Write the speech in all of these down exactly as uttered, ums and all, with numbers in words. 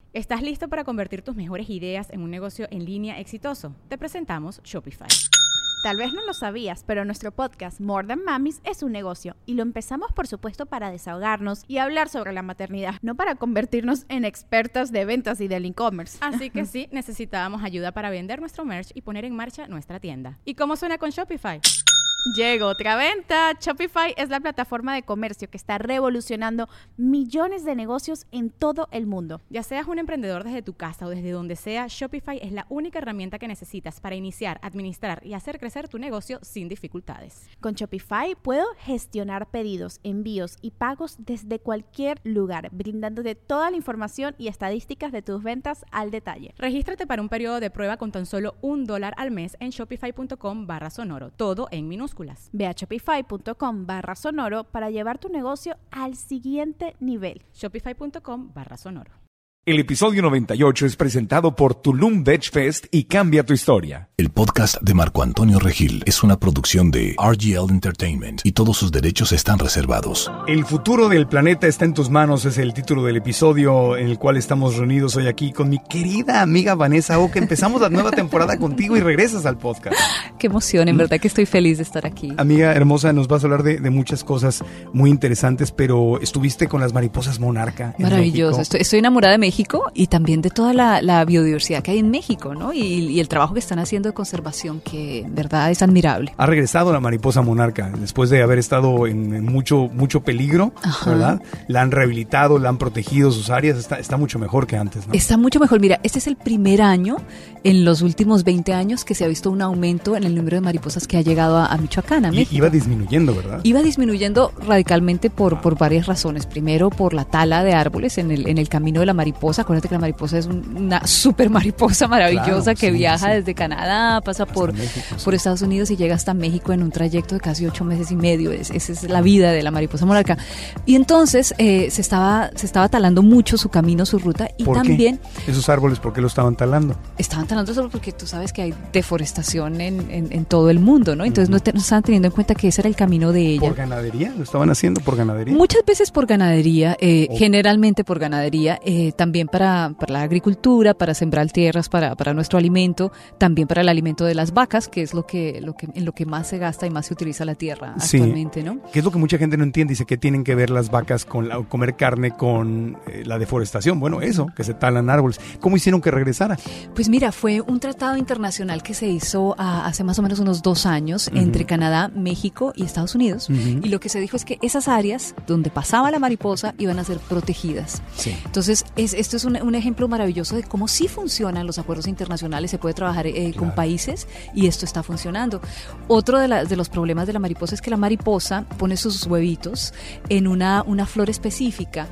¿Estás listo para convertir tus mejores ideas en un negocio en línea exitoso? Te presentamos Shopify. Tal vez no lo sabías, pero nuestro podcast More Than Mamis es un negocio y lo empezamos por supuesto para desahogarnos y hablar sobre la maternidad, no para convertirnos en expertas de ventas y del e-commerce. Así que sí, necesitábamos ayuda para vender nuestro merch y poner en marcha nuestra tienda. ¿Y cómo suena con Shopify? Llegó otra venta. Shopify es la plataforma de comercio que está revolucionando millones de negocios en todo el mundo. Ya seas un emprendedor desde tu casa o desde donde sea, Shopify es la única herramienta que necesitas para iniciar, administrar y hacer crecer tu negocio sin dificultades. Con Shopify puedo gestionar pedidos, envíos y pagos desde cualquier lugar, brindándote toda la información y estadísticas de tus ventas al detalle. Regístrate para un periodo de prueba con tan solo un dólar al mes en shopify.com barra sonoro, todo en minúsculas. Ve a shopify.com barra sonoro para llevar tu negocio al siguiente nivel. Shopify.com barra sonoro. El episodio noventa y ocho es presentado por Tulum Veg Fest y Cambia tu Historia. El podcast de Marco Antonio Regil es una producción de R G L Entertainment y todos sus derechos están reservados. El futuro del planeta está en tus manos es el título del episodio en el cual estamos reunidos hoy aquí con mi querida amiga Vanessa O, que empezamos la nueva temporada contigo y regresas al podcast. Qué emoción, en verdad que estoy feliz de estar aquí. Amiga hermosa, nos vas a hablar de, de muchas cosas muy interesantes, pero estuviste con las mariposas monarca en Maravilloso, México. estoy, estoy enamorada de México. México y también de toda la, la biodiversidad que hay en México, ¿no? Y, y el trabajo que están haciendo de conservación, que en verdad es admirable. Ha regresado la mariposa monarca después de haber estado en, en mucho mucho peligro, Ajá. ¿verdad? La han rehabilitado, la han protegido sus áreas, está, está mucho mejor que antes, ¿no? Está mucho mejor. Mira, este es el primer año en los últimos veinte años que se ha visto un aumento en el número de mariposas que ha llegado a, a Michoacán, a México. Y iba disminuyendo, ¿verdad? Iba disminuyendo radicalmente por, por varias razones. Primero, por la tala de árboles en el, en el camino de la mariposa. Acuérdate que la mariposa es una super mariposa maravillosa, claro, que sí, viaja sí. desde Canadá, pasa por, México, sí. por Estados Unidos y llega hasta México en un trayecto de casi ocho meses y medio. Es, esa es la vida de la mariposa monarca. Y entonces eh, se estaba se estaba talando mucho su camino, su ruta. Y ¿Por también qué? ¿Esos árboles por qué lo estaban talando? Estaban talando solo porque tú sabes que hay deforestación en, en, en todo el mundo, ¿no? Entonces uh-huh. no, te, no estaban teniendo en cuenta que ese era el camino de ella. ¿Por ganadería? ¿Lo estaban haciendo por ganadería? Muchas veces por ganadería, eh, oh. generalmente por ganadería, eh, también para, para la agricultura, para sembrar tierras, para, para nuestro alimento, también para el alimento de las vacas, que es lo que, lo que en lo que más se gasta y más se utiliza la tierra sí. actualmente, ¿no? Que es lo que mucha gente no entiende, dice que tienen que ver las vacas con la, comer carne con eh, la deforestación. Bueno, eso, que se talan árboles. ¿Cómo hicieron que regresara? Pues mira, fue un tratado internacional que se hizo a, hace más o menos unos dos años uh-huh. entre Canadá, México y Estados Unidos, uh-huh. y lo que se dijo es que esas áreas donde pasaba la mariposa iban a ser protegidas. Sí. Entonces, es, esto es un, un ejemplo maravilloso de cómo sí funcionan los acuerdos internacionales, se puede trabajar eh, claro. con países y esto está funcionando. Otro de, la, de los problemas de la mariposa es que la mariposa pone sus huevitos en una, una flor específica.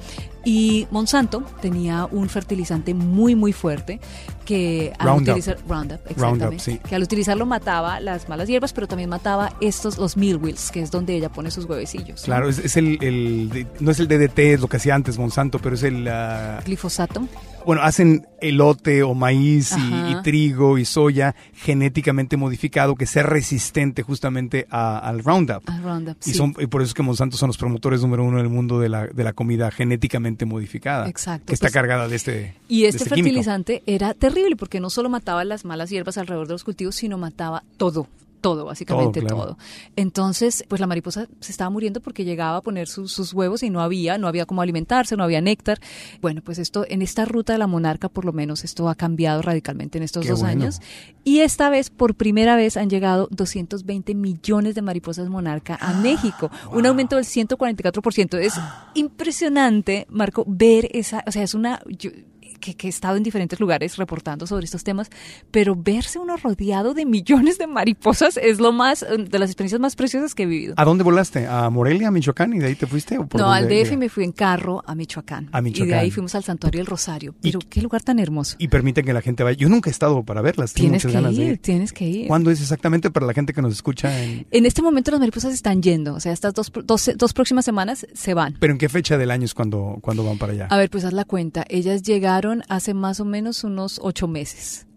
Y Monsanto tenía un fertilizante muy muy fuerte que al Roundup. utilizar Roundup, exactamente, Roundup, sí. que al utilizarlo mataba las malas hierbas, pero también mataba estos los millwills, que es donde ella pone sus huevecillos. Claro, ¿no? es, es el, el no es el D D T, es lo que hacía antes Monsanto, pero es el uh... glifosato. Bueno, hacen elote o maíz y, y trigo y soya genéticamente modificado que sea resistente justamente a, al Roundup. Al Roundup, y, sí. son, y por eso es que Monsanto son los promotores número uno del mundo de la, de la comida genéticamente modificada. Exacto. Que está pues, cargada de este Y este, de este fertilizante químico. Era terrible porque no solo mataba las malas hierbas alrededor de los cultivos, sino mataba todo. Todo, básicamente todo, claro. todo. Entonces, pues la mariposa se estaba muriendo porque llegaba a poner sus, sus huevos y no había, no había cómo alimentarse, no había néctar. Bueno, pues esto, en esta ruta de la monarca, por lo menos, esto ha cambiado radicalmente en estos Qué dos bueno. años. Y esta vez, por primera vez, han llegado doscientos veinte millones de mariposas monarca a México. Wow. Un aumento del ciento cuarenta y cuatro por ciento. Es impresionante, Marco, ver esa, o sea, es una... Yo, Que, que he estado en diferentes lugares reportando sobre estos temas, pero verse uno rodeado de millones de mariposas es lo más, de las experiencias más preciosas que he vivido. ¿A dónde volaste? ¿A Morelia, a Michoacán? ¿Y de ahí te fuiste? ¿O por no, dónde? al D F me fui en carro a Michoacán. A Michoacán. Y de ahí fuimos al Santuario del Rosario. Pero qué lugar tan hermoso. Y permiten que la gente vaya. Yo nunca he estado para verlas. Tengo tienes muchas que ganas ir, de ir. tienes que ir. ¿Cuándo es exactamente para la gente que nos escucha? En, en este momento las mariposas están yendo. O sea, estas dos, dos, dos próximas semanas se van. ¿Pero en qué fecha del año es cuando, cuando van para allá? A ver, pues haz la cuenta. Ellas llegaron hace más o menos unos ocho meses.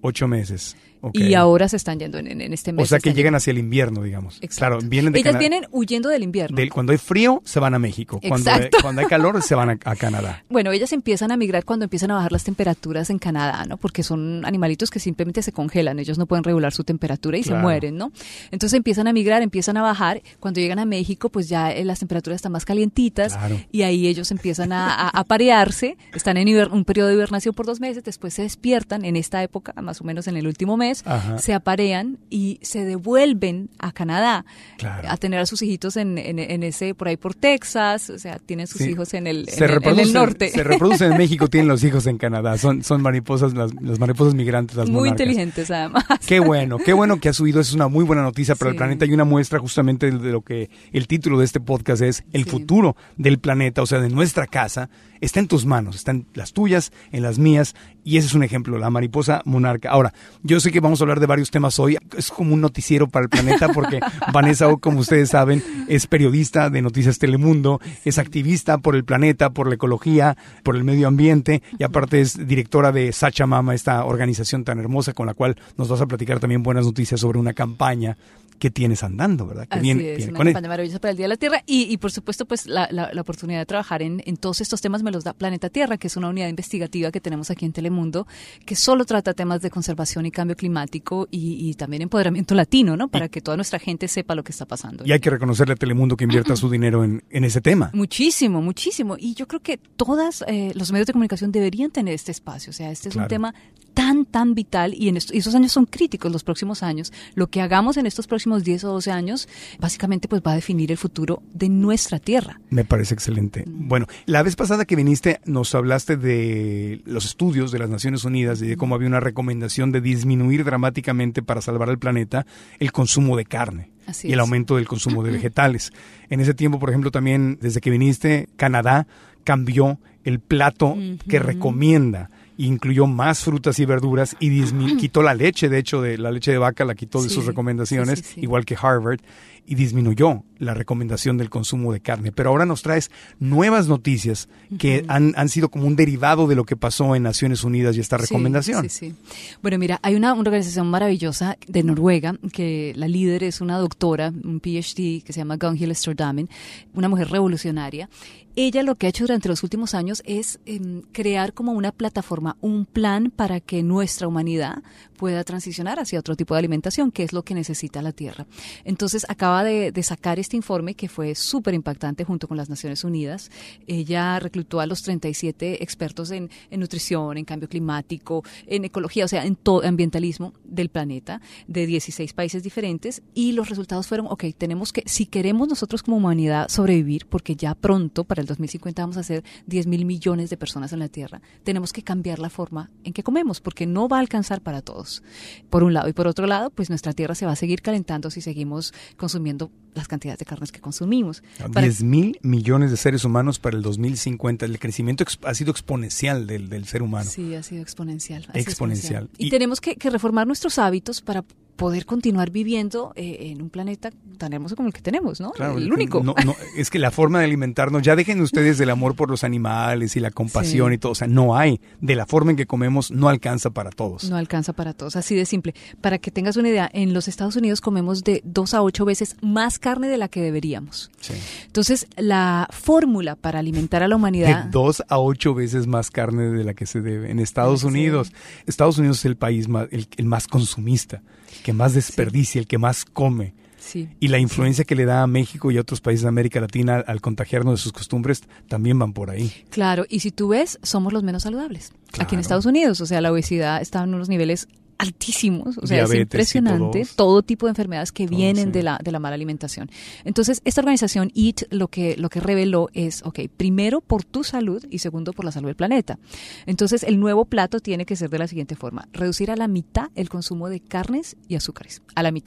Ocho meses. Okay. Y ahora se están yendo en, en, en este mes. O sea que llegan llegan hacia el invierno, digamos. Exacto. Claro, vienen de Ellas Cana- vienen huyendo del invierno. Del, cuando hay frío, se van a México. Cuando hay, cuando hay calor, se van a, a Canadá. Bueno, ellas empiezan a migrar cuando empiezan a bajar las temperaturas en Canadá, ¿no? Porque son animalitos que simplemente se congelan. Ellos no pueden regular su temperatura y Claro. se mueren, ¿no? Entonces empiezan a migrar, empiezan a bajar. Cuando llegan a México, pues ya eh, las temperaturas están más calientitas. Claro. Y ahí ellos empiezan a, a, a parearse. Están en hiber- un periodo de hibernación por dos meses. Después se despiertan en esta época, más o menos en el último mes. Ajá. Se aparean y se devuelven a Canadá Claro. a tener a sus hijitos en, en, en ese, por ahí por Texas, o sea, tienen sus Sí. hijos en el, Se en, el, en el reproducen- norte. Se reproducen en México, tienen los hijos en Canadá. Son, son mariposas, las, las mariposas migrantes, las Muy monarcas. inteligentes además. Qué bueno, qué bueno que ha subido. Es una muy buena noticia para Sí. el planeta y una muestra justamente de lo que el título de este podcast es: el Sí. futuro del planeta, o sea, de nuestra casa, está en tus manos, está en las tuyas, en las mías, y ese es un ejemplo, la mariposa monarca. Ahora, yo sé que vamos a hablar de varios temas hoy. Es como un noticiero para el planeta porque Vanessa O, como ustedes saben, es periodista de Noticias Telemundo, es activista por el planeta, por la ecología, por el medio ambiente, y aparte es directora de Sacha Mama, esta organización tan hermosa con la cual nos vas a platicar también buenas noticias sobre una campaña que tienes andando, ¿verdad? Que Así viene, es, viene una con él. campaña maravillosa para el Día de la Tierra y, y por supuesto pues la, la, la oportunidad de trabajar en, en todos estos temas me los da Planeta Tierra, que es una unidad investigativa que tenemos aquí en Telemundo, que solo trata temas de conservación y cambio climático y, y también empoderamiento latino, ¿no? Para que toda nuestra gente sepa lo que está pasando. Y hay que reconocerle a Telemundo que invierta su dinero en, en ese tema. Muchísimo, muchísimo. Y yo creo que todos eh, los medios de comunicación deberían tener este espacio. O sea, este es Claro. un tema tan, tan vital y en esto, y esos años son críticos, los próximos años. Lo que hagamos en estos próximos diez o doce años, básicamente pues va a definir el futuro de nuestra tierra. Me parece excelente. Bueno, la vez pasada que viniste nos hablaste de los estudios de las Naciones Unidas y de cómo había una recomendación de disminuir dramáticamente para salvar al planeta el consumo de carne. Así y el es. aumento del consumo de vegetales. En ese tiempo, por ejemplo, también desde que viniste, Canadá cambió el plato que recomienda. Incluyó más frutas y verduras y dismi- quitó la leche, de hecho, de la leche de vaca la quitó de Sí, sus recomendaciones, sí, sí, sí. igual que Harvard, y disminuyó la recomendación del consumo de carne. Pero ahora nos traes nuevas noticias que han, han sido como un derivado de lo que pasó en Naciones Unidas y esta Sí, recomendación. Sí, sí. Bueno, mira, hay una, una organización maravillosa de Noruega, que la líder es una doctora, un P H D, que se llama Gunhild Stordalen, una mujer revolucionaria. Ella lo que ha hecho durante los últimos años es eh, crear como una plataforma, un plan para que nuestra humanidad pueda transicionar hacia otro tipo de alimentación, que es lo que necesita la Tierra. Entonces, acaba de, de sacar este informe que fue súper impactante junto con las Naciones Unidas. Ella reclutó a los treinta y siete expertos en, en nutrición, en cambio climático, en ecología, o sea, en todo ambientalismo del planeta, de dieciséis países diferentes, y los resultados fueron, ok, tenemos que, si queremos nosotros como humanidad sobrevivir, porque ya pronto, para el dos mil cincuenta, vamos a ser diez mil millones de personas en la Tierra, tenemos que cambiar la forma en que comemos, porque no va a alcanzar para todos, por un lado. Y por otro lado, pues nuestra Tierra se va a seguir calentando si seguimos consumiendo las cantidades de carnes que consumimos. Para- diez mil millones de seres humanos para el dos mil cincuenta. El crecimiento ex- ha sido exponencial del, del ser humano. Sí, ha sido exponencial. ha sido Exponencial. Y, Y- tenemos que, que reformar nuestros hábitos para poder continuar viviendo eh, en un planeta tan hermoso como el que tenemos, ¿no? Claro, el único. no- no, es que la forma de alimentarnos, ya dejen ustedes del amor por los animales y la compasión Sí. y todo, o sea, no hay, de la forma en que comemos no alcanza para todos. No alcanza para todos, así de simple. Para que tengas una idea, en los Estados Unidos comemos de dos a ocho veces más carne de la que deberíamos. Sí. Entonces, la fórmula para alimentar a la De humanidad... dos a ocho veces más carne de la que se debe. En Estados De la que se Unidos, Estados Unidos es el país más, el, el más consumista, que más desperdicia, el que más come. Sí. Y la influencia que le da a México y a otros países de América Latina al contagiarnos de sus costumbres también van por ahí. Claro, y si tú ves, somos los menos saludables. Claro. Aquí en Estados Unidos, o sea, la obesidad está en unos niveles altísimos, o sea, Diabetes, es impresionante tipo dos. todo tipo de enfermedades que Todo, vienen sí. de la de la mala alimentación. Entonces, esta organización EAT lo que lo que reveló es, ok, primero por tu salud y segundo por la salud del planeta. Entonces, el nuevo plato tiene que ser de la siguiente forma: reducir a la mitad el consumo de carnes y azúcares, a la mitad.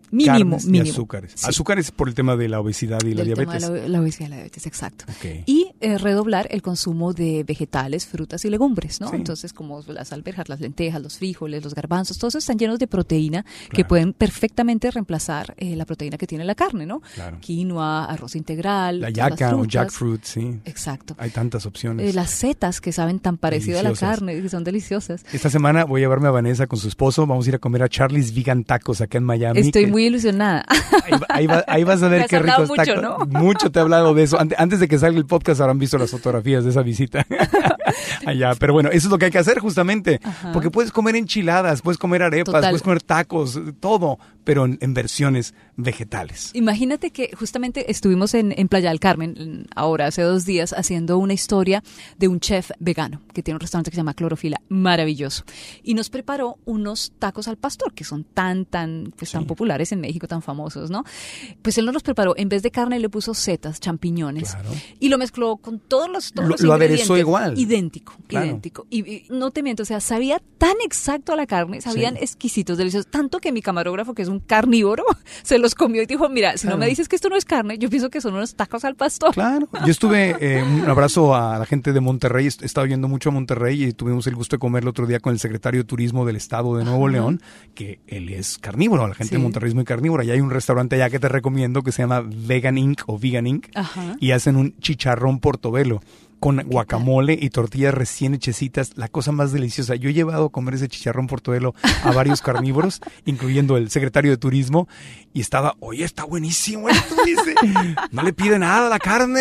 Mínimo, carnes mínimo. y azúcares. Sí. Azúcares por el tema de la obesidad y la Del diabetes. tema de la, la obesidad y la diabetes, exacto. Okay. Y eh, redoblar el consumo de vegetales, frutas y legumbres, ¿no? Sí. Entonces, como las alberjas, las lentejas, los frijoles, los garbanzos, todos están llenos de proteína que Claro. pueden perfectamente reemplazar eh, la proteína que tiene la carne, ¿no? Claro. Quinoa, arroz integral, La todas las yaca o frutas. jackfruit, sí. Exacto. Hay tantas opciones. Eh, las setas que saben tan parecido a la Deliciosas. carne, que son deliciosas. Esta semana voy a llevarme a Vanessa con su esposo. Vamos a ir a comer a Charlie's Vegan Tacos acá en Miami. Estoy que- muy ilusionada. Ahí, va- ahí, va- ahí vas a Me ver has qué hablado ricos mucho, tacos. ¿no? Mucho te he hablado de eso. Ante- Antes de que salga el podcast habrán visto las fotografías de esa visita allá. Pero bueno, eso es lo que hay que hacer justamente. Ajá. Porque puedes comer enchiladas, puedes comer arepas, Total. puedes comer tacos, todo, pero en, en versiones vegetales. Imagínate que justamente estuvimos en, en Playa del Carmen, en- ahora hace dos días, haciendo una historia de un chef vegano que tiene un restaurante que se llama Clorofila, maravilloso. Y nos preparó unos tacos al pastor, que son tan, tan, pues, tan populares en México, tan famosos, ¿no? Pues él nos los preparó, en vez de carne le puso setas, champiñones, Claro. y lo mezcló con todos los, todos Lo- los lo aderezó ingredientes. igual. Idéntico, Claro. idéntico. Y, y no te miento, o sea, sabía tan exacto a la carne, sabían Sí. exquisitos, deliciosos, tanto que mi camarógrafo, que es un carnívoro, se los comió y dijo, mira, si Claro. no me dices que esto no es carne, yo pienso que son unos tacos al pastor. Claro. Yo estuve, eh, un abrazo a la gente de Monterrey, he estado yendo mucho a Monterrey y tuvimos el gusto de comer el otro día con el secretario de Turismo del Estado de Nuevo Ajá. León, que él es carnívoro, la gente Sí. de Monterrey es muy carnívora y hay un restaurante allá que te recomiendo que se llama Vegan Incorporated o Vegan Incorporated Ajá. y hacen un chicharrón portobelo con guacamole y tortillas recién hechecitas, la cosa más deliciosa. Yo he llevado a comer ese chicharrón portobelo a varios carnívoros, incluyendo el secretario de Turismo, y estaba, oye, está buenísimo esto, dice, no le pide nada a la carne.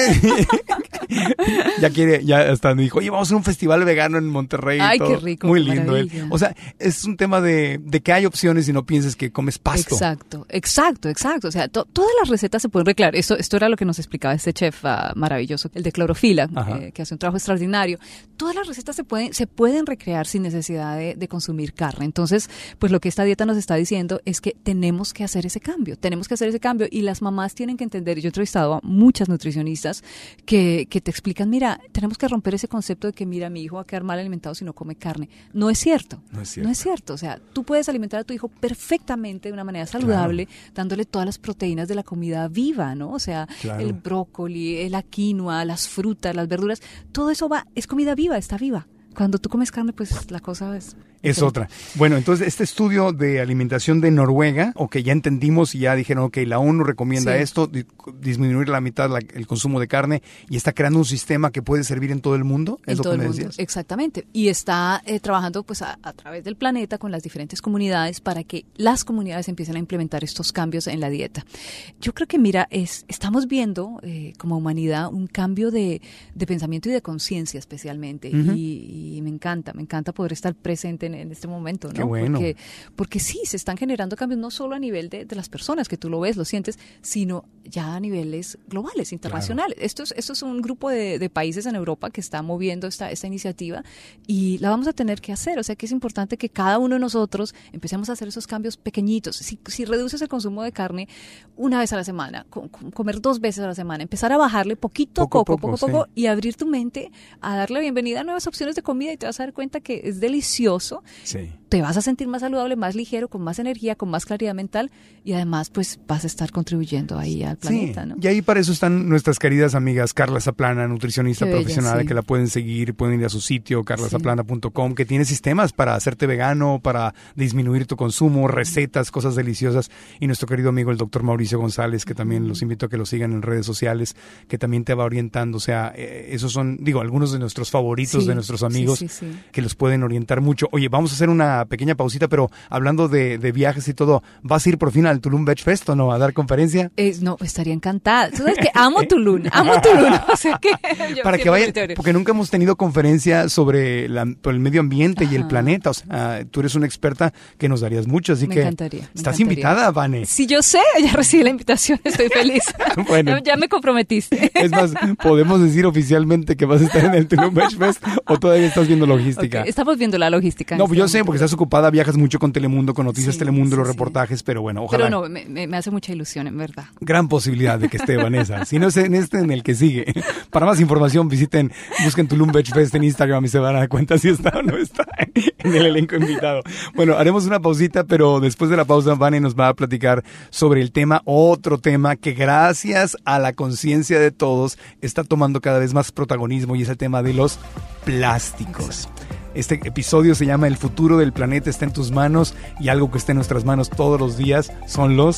ya quiere, ya hasta me dijo, oye, vamos a hacer un festival vegano en Monterrey. y Ay, todo. qué rico, Muy qué lindo él. maravilla. O sea, es un tema de, de que hay opciones y no pienses que comes pasto. Exacto, exacto, exacto. O sea, to- todas las recetas se pueden recrear. Esto, esto era lo que nos explicaba este chef ah, maravilloso, el de Clorofila, Ajá. eh, que hace un trabajo extraordinario. Todas las recetas se pueden, se pueden recrear sin necesidad de, de consumir carne. Entonces, pues lo que esta dieta nos está diciendo es que tenemos que hacer ese cambio, tenemos que hacer ese cambio y las mamás tienen que entender. Yo he entrevistado a muchas nutricionistas que, que te explican, mira, tenemos que romper ese concepto de que, mira, mi hijo va a quedar mal alimentado si no come carne. No es cierto. No es cierto. No es cierto. O sea, tú puedes alimentar a tu hijo perfectamente de una manera saludable, dándole todas las proteínas de la comida viva, ¿no? O sea, Claro. el brócoli, la quinoa, las frutas, las verduras, todo eso va, es comida viva, está viva. Cuando tú comes carne, pues la cosa es... Es otra. Bueno, entonces este estudio de alimentación de Noruega, o que ya entendimos y ya dijeron, ok, la ONU recomienda Sí. esto, di- disminuir la mitad la- el consumo de carne y está creando un sistema que puede servir en todo el mundo. ¿Es En lo todo que el me mundo, decías? exactamente. Y está eh, trabajando pues a, a través del planeta con las diferentes comunidades para que las comunidades empiecen a implementar estos cambios en la dieta. Yo creo que, mira, es, estamos viendo eh, como humanidad un cambio de, de pensamiento y de conciencia especialmente. Ujú. y, y me encanta, me encanta poder estar presente en, en este momento, ¿no? Qué bueno. Porque, porque sí, se están generando cambios no solo a nivel de, de las personas, que tú lo ves, lo sientes, sino ya a niveles globales, internacionales. Esto es, esto es un grupo de, de países en Europa que está moviendo esta, esta iniciativa y la vamos a tener que hacer. O sea que es importante que cada uno de nosotros empecemos a hacer esos cambios pequeñitos. Si, si reduces el consumo de carne una vez a la semana, com- com- comer dos veces a la semana, empezar a bajarle poquito a Poco a poco, poco, poco a poco sí. y abrir tu mente a darle la bienvenida a nuevas opciones de comida y te vas a dar cuenta que es delicioso. Sí. Te vas a sentir más saludable, más ligero, con más energía, con más claridad mental y además pues vas a estar contribuyendo ahí al planeta, Sí, ¿no? y ahí para eso están nuestras queridas amigas Carla Zaplana, nutricionista Qué bella, profesional, sí. que la pueden seguir, pueden ir a su sitio carla Sí. zaplana punto com, que tiene sistemas para hacerte vegano, para disminuir tu consumo, recetas, cosas deliciosas, y nuestro querido amigo el doctor Mauricio González, que también los invito a que lo sigan en redes sociales, que también te va orientando, o sea, eh, esos son, digo, algunos de nuestros favoritos, Sí, de nuestros amigos, sí, sí, sí. que los pueden orientar mucho. Oye, vamos a hacer una pequeña pausita, pero hablando de, de viajes y todo, ¿vas a ir por fin al Tulum Beach Fest o no? ¿A dar conferencia? Es, no, estaría encantada. Tú sabes que amo Tulum, amo Tulum. O sea que yo Para que siempre vayan, me teoría. porque nunca hemos tenido conferencia sobre la- por el medio ambiente y el Ajá. planeta. O sea, tú eres una experta que nos darías mucho, así Me que encantaría, me estás encantaría. invitada, Vane. Sí, yo sé, ya recibí la invitación, estoy feliz. Bueno. ya, ya me comprometiste. Es más, podemos decir oficialmente que vas a estar en el Tulum Beach Fest o todavía estás viendo logística. Ok, estamos viendo la logística. en No, este pues yo sé, momento. porque estás ocupada, viajas mucho con Telemundo, con Noticias Sí, Telemundo, sí, los sí. reportajes, pero bueno, ojalá. Pero no, me, me- me hace mucha ilusión, en verdad. Gran posibilidad de que esté Vanessa. Si no es en este, en el que sigue. Para más información, visiten, busquen Tulum Beach Fest en Instagram y se van a dar cuenta si está o no está en el elenco invitado. Bueno, haremos una pausita, pero después de la pausa, Vane nos va a platicar sobre el tema, otro tema que gracias a la conciencia de todos está tomando cada vez más protagonismo, y es el tema de los plásticos. Este episodio se llama El futuro del planeta está en tus manos, y algo que está en nuestras manos todos los días son los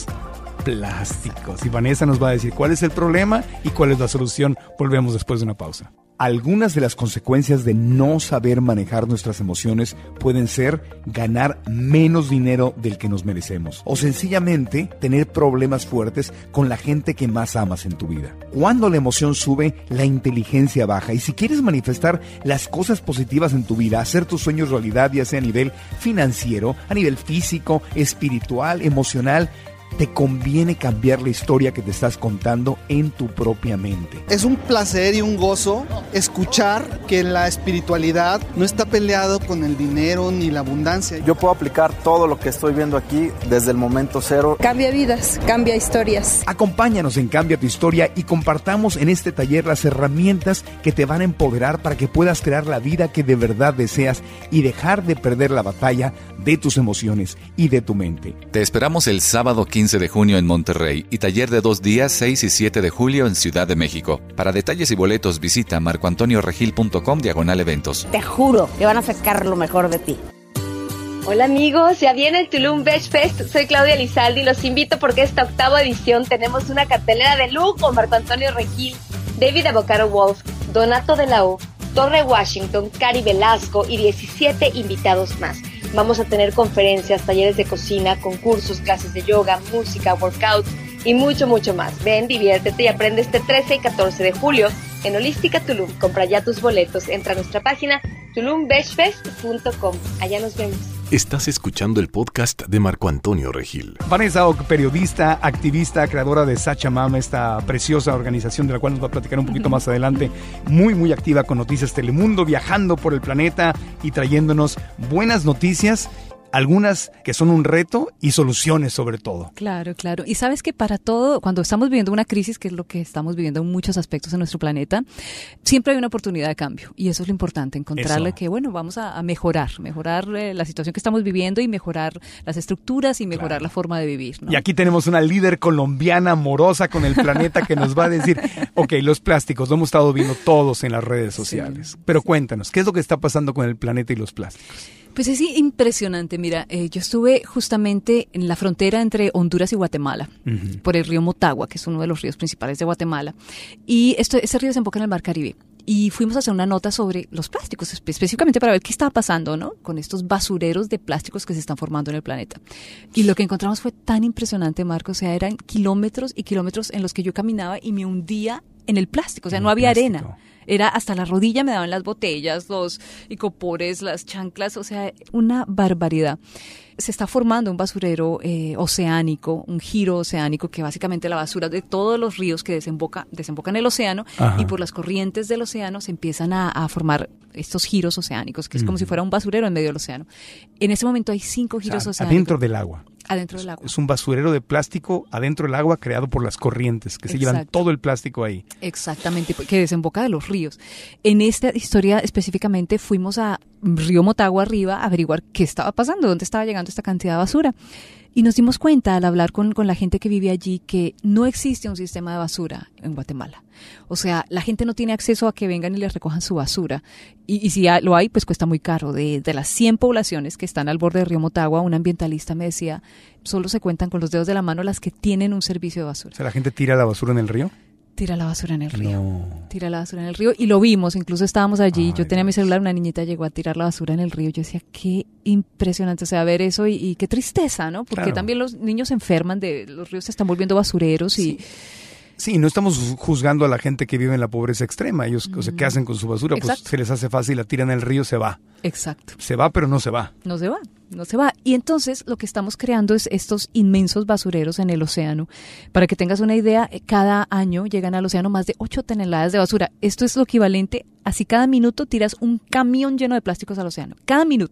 plásticos. Y Vanessa nos va a decir cuál es el problema y cuál es la solución. Volvemos después de una pausa. Algunas de las consecuencias de no saber manejar nuestras emociones pueden ser ganar menos dinero del que nos merecemos, o sencillamente tener problemas fuertes con la gente que más amas en tu vida. Cuando la emoción sube, la inteligencia baja, y si quieres manifestar las cosas positivas en tu vida, hacer tus sueños realidad, ya sea a nivel financiero, a nivel físico, espiritual, emocional, te conviene cambiar la historia que te estás contando en tu propia mente. Es un placer y un gozo escuchar que la espiritualidad no está peleado con el dinero ni la abundancia. Yo puedo aplicar todo lo que estoy viendo aquí desde el momento cero. Cambia vidas, cambia historias. Acompáñanos en Cambia tu Historia y compartamos en este taller las herramientas que te van a empoderar para que puedas crear la vida que de verdad deseas y dejar de perder la batalla de tus emociones y de tu mente. Te esperamos el sábado quince de junio en Monterrey y taller de dos días seis y siete de julio en Ciudad de México. Para detalles y boletos visita marcoantonioregil.com diagonal eventos. Te juro que van a sacar lo mejor de ti. Hola amigos, ya viene el Tulum Beach Fest. Soy Claudia Lizaldi y los invito porque esta octava edición tenemos una cartelera de lujo. Marco Antonio Regil, David Avocado Wolf, Donato de la O, Torre Washington, Cari Velasco y diecisiete invitados más. Vamos a tener conferencias, talleres de cocina, concursos, clases de yoga, música, workouts y mucho, mucho más. Ven, diviértete y aprende este trece y catorce de julio en Holística Tulum. Compra ya tus boletos. Entra a nuestra página tulum beach fest punto com. Allá nos vemos. Estás escuchando el podcast de Marco Antonio Regil. Vanessa Ock, periodista, activista, creadora de Sacha Mama, esta preciosa organización de la cual nos va a platicar un poquito más adelante. Muy, muy activa con Noticias Telemundo, viajando por el planeta y trayéndonos buenas noticias, algunas que son un reto y soluciones sobre todo. Claro, claro. Y sabes que para todo, cuando estamos viviendo una crisis, que es lo que estamos viviendo en muchos aspectos en nuestro planeta, siempre hay una oportunidad de cambio. Y eso es lo importante, encontrarle que, bueno, vamos a, a mejorar, mejorar eh, la situación que estamos viviendo y mejorar las estructuras y mejorar claro. la forma de vivir, ¿no? Y aquí tenemos una líder colombiana amorosa con el planeta que nos va a decir, ok, los plásticos, lo hemos estado viendo todos en las redes sociales. Sí, Pero sí. cuéntanos, ¿qué es lo que está pasando con el planeta y los plásticos? Pues es impresionante, mira, eh, yo estuve justamente en la frontera entre Honduras y Guatemala, uh-huh. por el río Motagua, que es uno de los ríos principales de Guatemala, y esto, ese río desemboca en el Mar Caribe. Y fuimos a hacer una nota sobre los plásticos, específicamente para ver qué estaba pasando, ¿no? Con estos basureros de plásticos que se están formando en el planeta. Y lo que encontramos fue tan impresionante, Marco, o sea, eran kilómetros y kilómetros en los que yo caminaba y me hundía en el plástico, o sea, no había plástico. arena. Era hasta la rodilla, me daban las botellas, los icopores, las chanclas, o sea, una barbaridad. Se está formando un basurero eh, oceánico, un giro oceánico, que básicamente la basura de todos los ríos que desemboca, desembocan en el océano, Ajá. y por las corrientes del océano se empiezan a, a formar estos giros oceánicos, que es mm. como si fuera un basurero en medio del océano. En ese momento hay cinco giros o sea, oceánicos. Adentro del agua. Adentro del agua. Es un basurero de plástico adentro del agua creado por las corrientes, que Exacto. se llevan todo el plástico ahí. Exactamente, que desemboca de los ríos. En esta historia específicamente fuimos a Río Motagua arriba a averiguar qué estaba pasando, dónde estaba llegando esta cantidad de basura. Y nos dimos cuenta al hablar con, con la gente que vive allí que no existe un sistema de basura en Guatemala. O sea, la gente no tiene acceso a que vengan y les recojan su basura. Y, y si lo hay, pues cuesta muy caro. De, de las cien poblaciones que están al borde del río Motagua, un ambientalista me decía, solo se cuentan con los dedos de la mano las que tienen un servicio de basura. O sea, ¿la gente tira la basura en el río? Tira la basura en el río. No. Tira la basura en el río. Y lo vimos, incluso estábamos allí. Ay, yo tenía Dios. mi celular, una niñita llegó a tirar la basura en el río. Yo decía, qué impresionante, o sea, ver eso y, y qué tristeza, ¿no? Porque claro. también los niños se enferman, de los ríos se están volviendo basureros sí. y... Sí, no estamos juzgando a la gente que vive en la pobreza extrema. Ellos, mm. o sea, ¿qué hacen con su basura? Exacto. Pues se les hace fácil, la tiran en el río, se va. Exacto. Se va, pero no se va. No se va, no se va. Y entonces lo que estamos creando es estos inmensos basureros en el océano. Para que tengas una idea, cada año llegan al océano más de ocho toneladas de basura. Esto es lo equivalente a si cada minuto tiras un camión lleno de plásticos al océano. Cada minuto.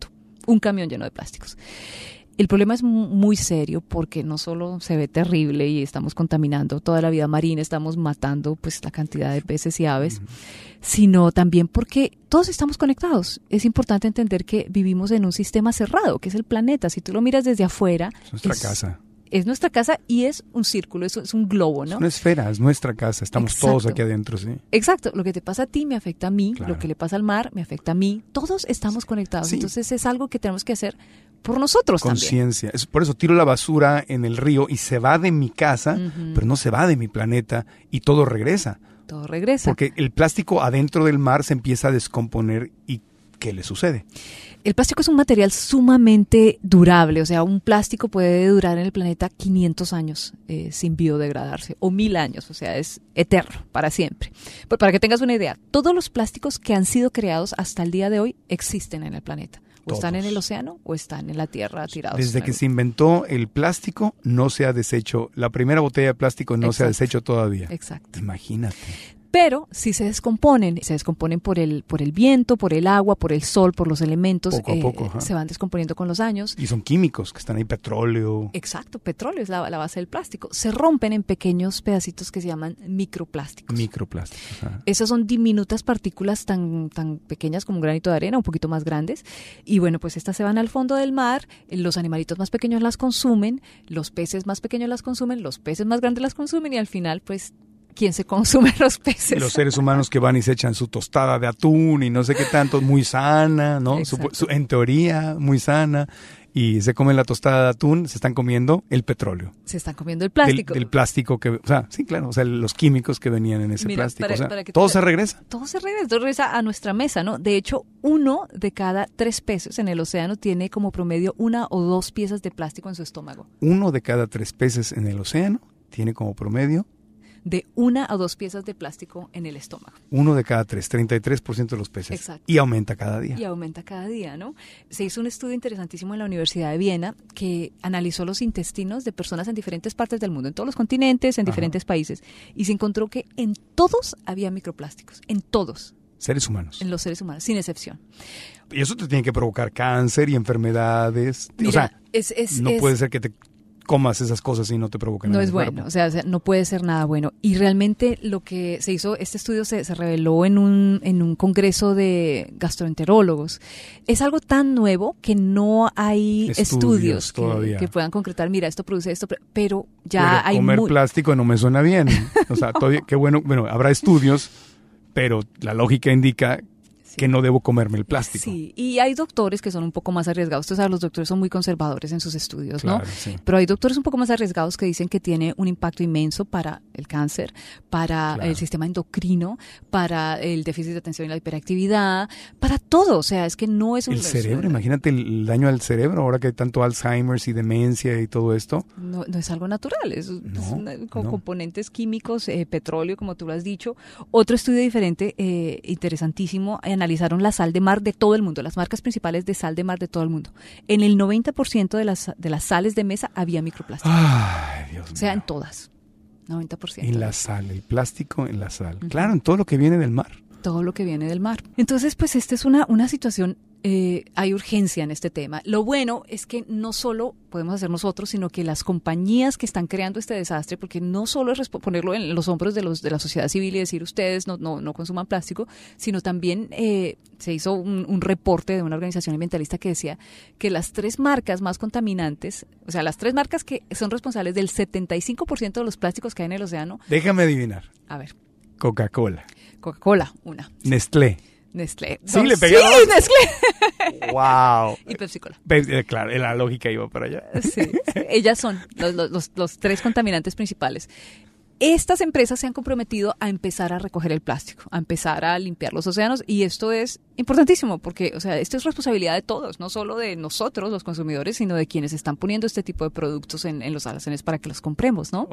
un camión lleno de plásticos. El problema es muy serio porque no solo se ve terrible y estamos contaminando toda la vida marina, estamos matando pues la cantidad de peces y aves, uh-huh. sino también porque todos estamos conectados. Es importante entender que vivimos en un sistema cerrado, que es el planeta. Si tú lo miras desde afuera... Es nuestra es, casa. Es nuestra casa y es un círculo, es, es un globo, ¿no? Es una esfera, es nuestra casa, estamos Exacto. todos aquí adentro, sí. Exacto, lo que te pasa a ti me afecta a mí, Claro. lo que le pasa al mar me afecta a mí, todos estamos conectados, Sí. entonces es algo que tenemos que hacer por nosotros Conciencia. Es por eso tiro la basura en el río y se va de mi casa, Ujú. pero no se va de mi planeta y todo regresa. también. Todo regresa. Porque el plástico adentro del mar se empieza a descomponer y ¿qué le sucede? El plástico es un material sumamente durable, o sea, un plástico puede durar en el planeta quinientos años eh, sin biodegradarse, o mil años, o sea, es eterno, para siempre. Pero para que tengas una idea, todos los plásticos que han sido creados hasta el día de hoy existen en el planeta. O Todos. están en el océano o están en la tierra tirados. Desde en que el- se inventó el plástico, no se ha deshecho. La primera botella de plástico no se ha Exacto. deshecho todavía. Exacto. Imagínate. Pero sí se descomponen, se descomponen por el, por el viento, por el agua, por el sol, por los elementos. Poco a poco, ajá. Se van descomponiendo con los años. Y son químicos que están ahí, petróleo. Exacto, petróleo es la, la base del plástico. Se rompen en pequeños pedacitos que se llaman microplásticos. Microplásticos. ajá. Esas son diminutas partículas tan, tan pequeñas como un granito de arena, un poquito más grandes. Y bueno, pues estas se van al fondo del mar, los animalitos más pequeños las consumen, los peces más pequeños las consumen, los peces más grandes las consumen y al final, pues, ¿quién se consume los peces? Y los seres humanos que van y se echan su tostada de atún y no sé qué tanto, muy sana, ¿no? Exacto. Supo- su- en teoría, muy sana. Y se comen la tostada de atún, se están comiendo el petróleo. Se están comiendo el Del, plástico. del plástico que, o sea, sí, claro, o sea, los químicos que venían en ese Mira, plástico. para- o sea, para que te- todo se regresa. Todo se regresa, todo regresa a nuestra mesa, ¿no? De hecho, uno de cada tres peces en el océano tiene como promedio una o dos piezas de plástico en su estómago. Uno de cada tres peces en el océano tiene como promedio De una a dos piezas de plástico en el estómago. uno de cada tres, treinta y tres por ciento de los peces. Exacto. Y aumenta cada día. Y aumenta cada día, ¿no? Se hizo un estudio interesantísimo en la Universidad de Viena que analizó los intestinos de personas en diferentes partes del mundo, en todos los continentes, en Ajá. diferentes países, y se encontró que en todos había microplásticos, en todos, Seres humanos. en los seres humanos, sin excepción. Y eso te tiene que provocar cáncer y enfermedades. Mira, o sea, es, es, no es- puede ser que te comas esas cosas y no te provoquen No nada es en el bueno, cuerpo. o sea, o sea, no puede ser nada bueno. Y realmente lo que se hizo, este estudio se, se reveló en un, en un congreso de gastroenterólogos. Es algo tan nuevo que no hay Estudios estudios, todavía. que, que puedan concretar, mira, esto produce esto, pero ya Pero hay comer muy- plástico no me suena bien. O sea, todavía, qué bueno, bueno, habrá estudios, pero la lógica indica que no debo comerme el plástico. Sí, y hay doctores que son un poco más arriesgados. Tú sabes, los doctores son muy conservadores en sus estudios, ¿no? Claro, sí. Pero hay doctores un poco más arriesgados que dicen que tiene un impacto inmenso para el cáncer, para Claro. el sistema endocrino, para el déficit de atención y la hiperactividad, para todo. O sea, es que no es un... El cerebro, imagínate el daño al cerebro ahora que hay tanto Alzheimer's y demencia y todo esto. No, no es algo natural, es, es una- con no. componentes químicos, eh, petróleo, como tú lo has dicho. Otro estudio diferente, eh, interesantísimo, analizaron la sal de mar de todo el mundo, las marcas principales de sal de mar de todo el mundo. En el noventa por ciento de las, de las sales de mesa había microplástico. Ay, Dios O sea, mío. en todas. noventa por ciento. En la sal, el plástico en la sal. Claro, en todo lo que viene del mar. Todo lo que viene del mar. Entonces, pues esta es una, una situación, eh, hay urgencia en este tema. Lo bueno es que no solo podemos hacer nosotros, sino que las compañías que están creando este desastre, porque no solo es respo- ponerlo en los hombros de los de la sociedad civil y decir ustedes no, no, no consuman plástico, sino también eh, se hizo un, un reporte de una organización ambientalista que decía que las tres marcas más contaminantes, o sea, las tres marcas que son responsables del setenta y cinco por ciento de los plásticos que hay en el océano, Déjame adivinar. a ver, Coca-Cola. Coca-Cola, una. Nestlé. Nestlé. Sí, dos. le pegué Sí, dos. Nestlé. Wow. Y Pepsi-Cola. Pe- eh, Claro, la lógica iba para allá. Sí, sí. Ellas son los, los- los- los tres contaminantes principales. Estas empresas se han comprometido a empezar a recoger el plástico, a empezar a limpiar los océanos, y esto es importantísimo porque, o sea, esto es responsabilidad de todos, no solo de nosotros, los consumidores, sino de quienes están poniendo este tipo de productos en, en los almacenes para que los compremos, ¿no?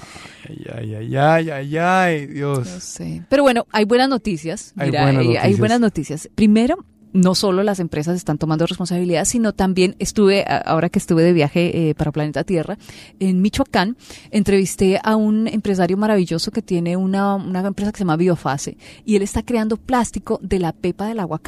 Ay, ay, ay, ay, ay, ay, Dios. No sé. Pero bueno, hay buenas noticias. Hay Mira, buenas hay, hay noticias. buenas noticias. Primero, no solo las empresas están tomando responsabilidad, sino también estuve, a- ahora que estuve de viaje eh, para Planeta Tierra, en Michoacán, entrevisté a un empresario maravilloso que tiene una, una empresa que se llama Biofase, y él está creando plástico de la pepa del aguacate.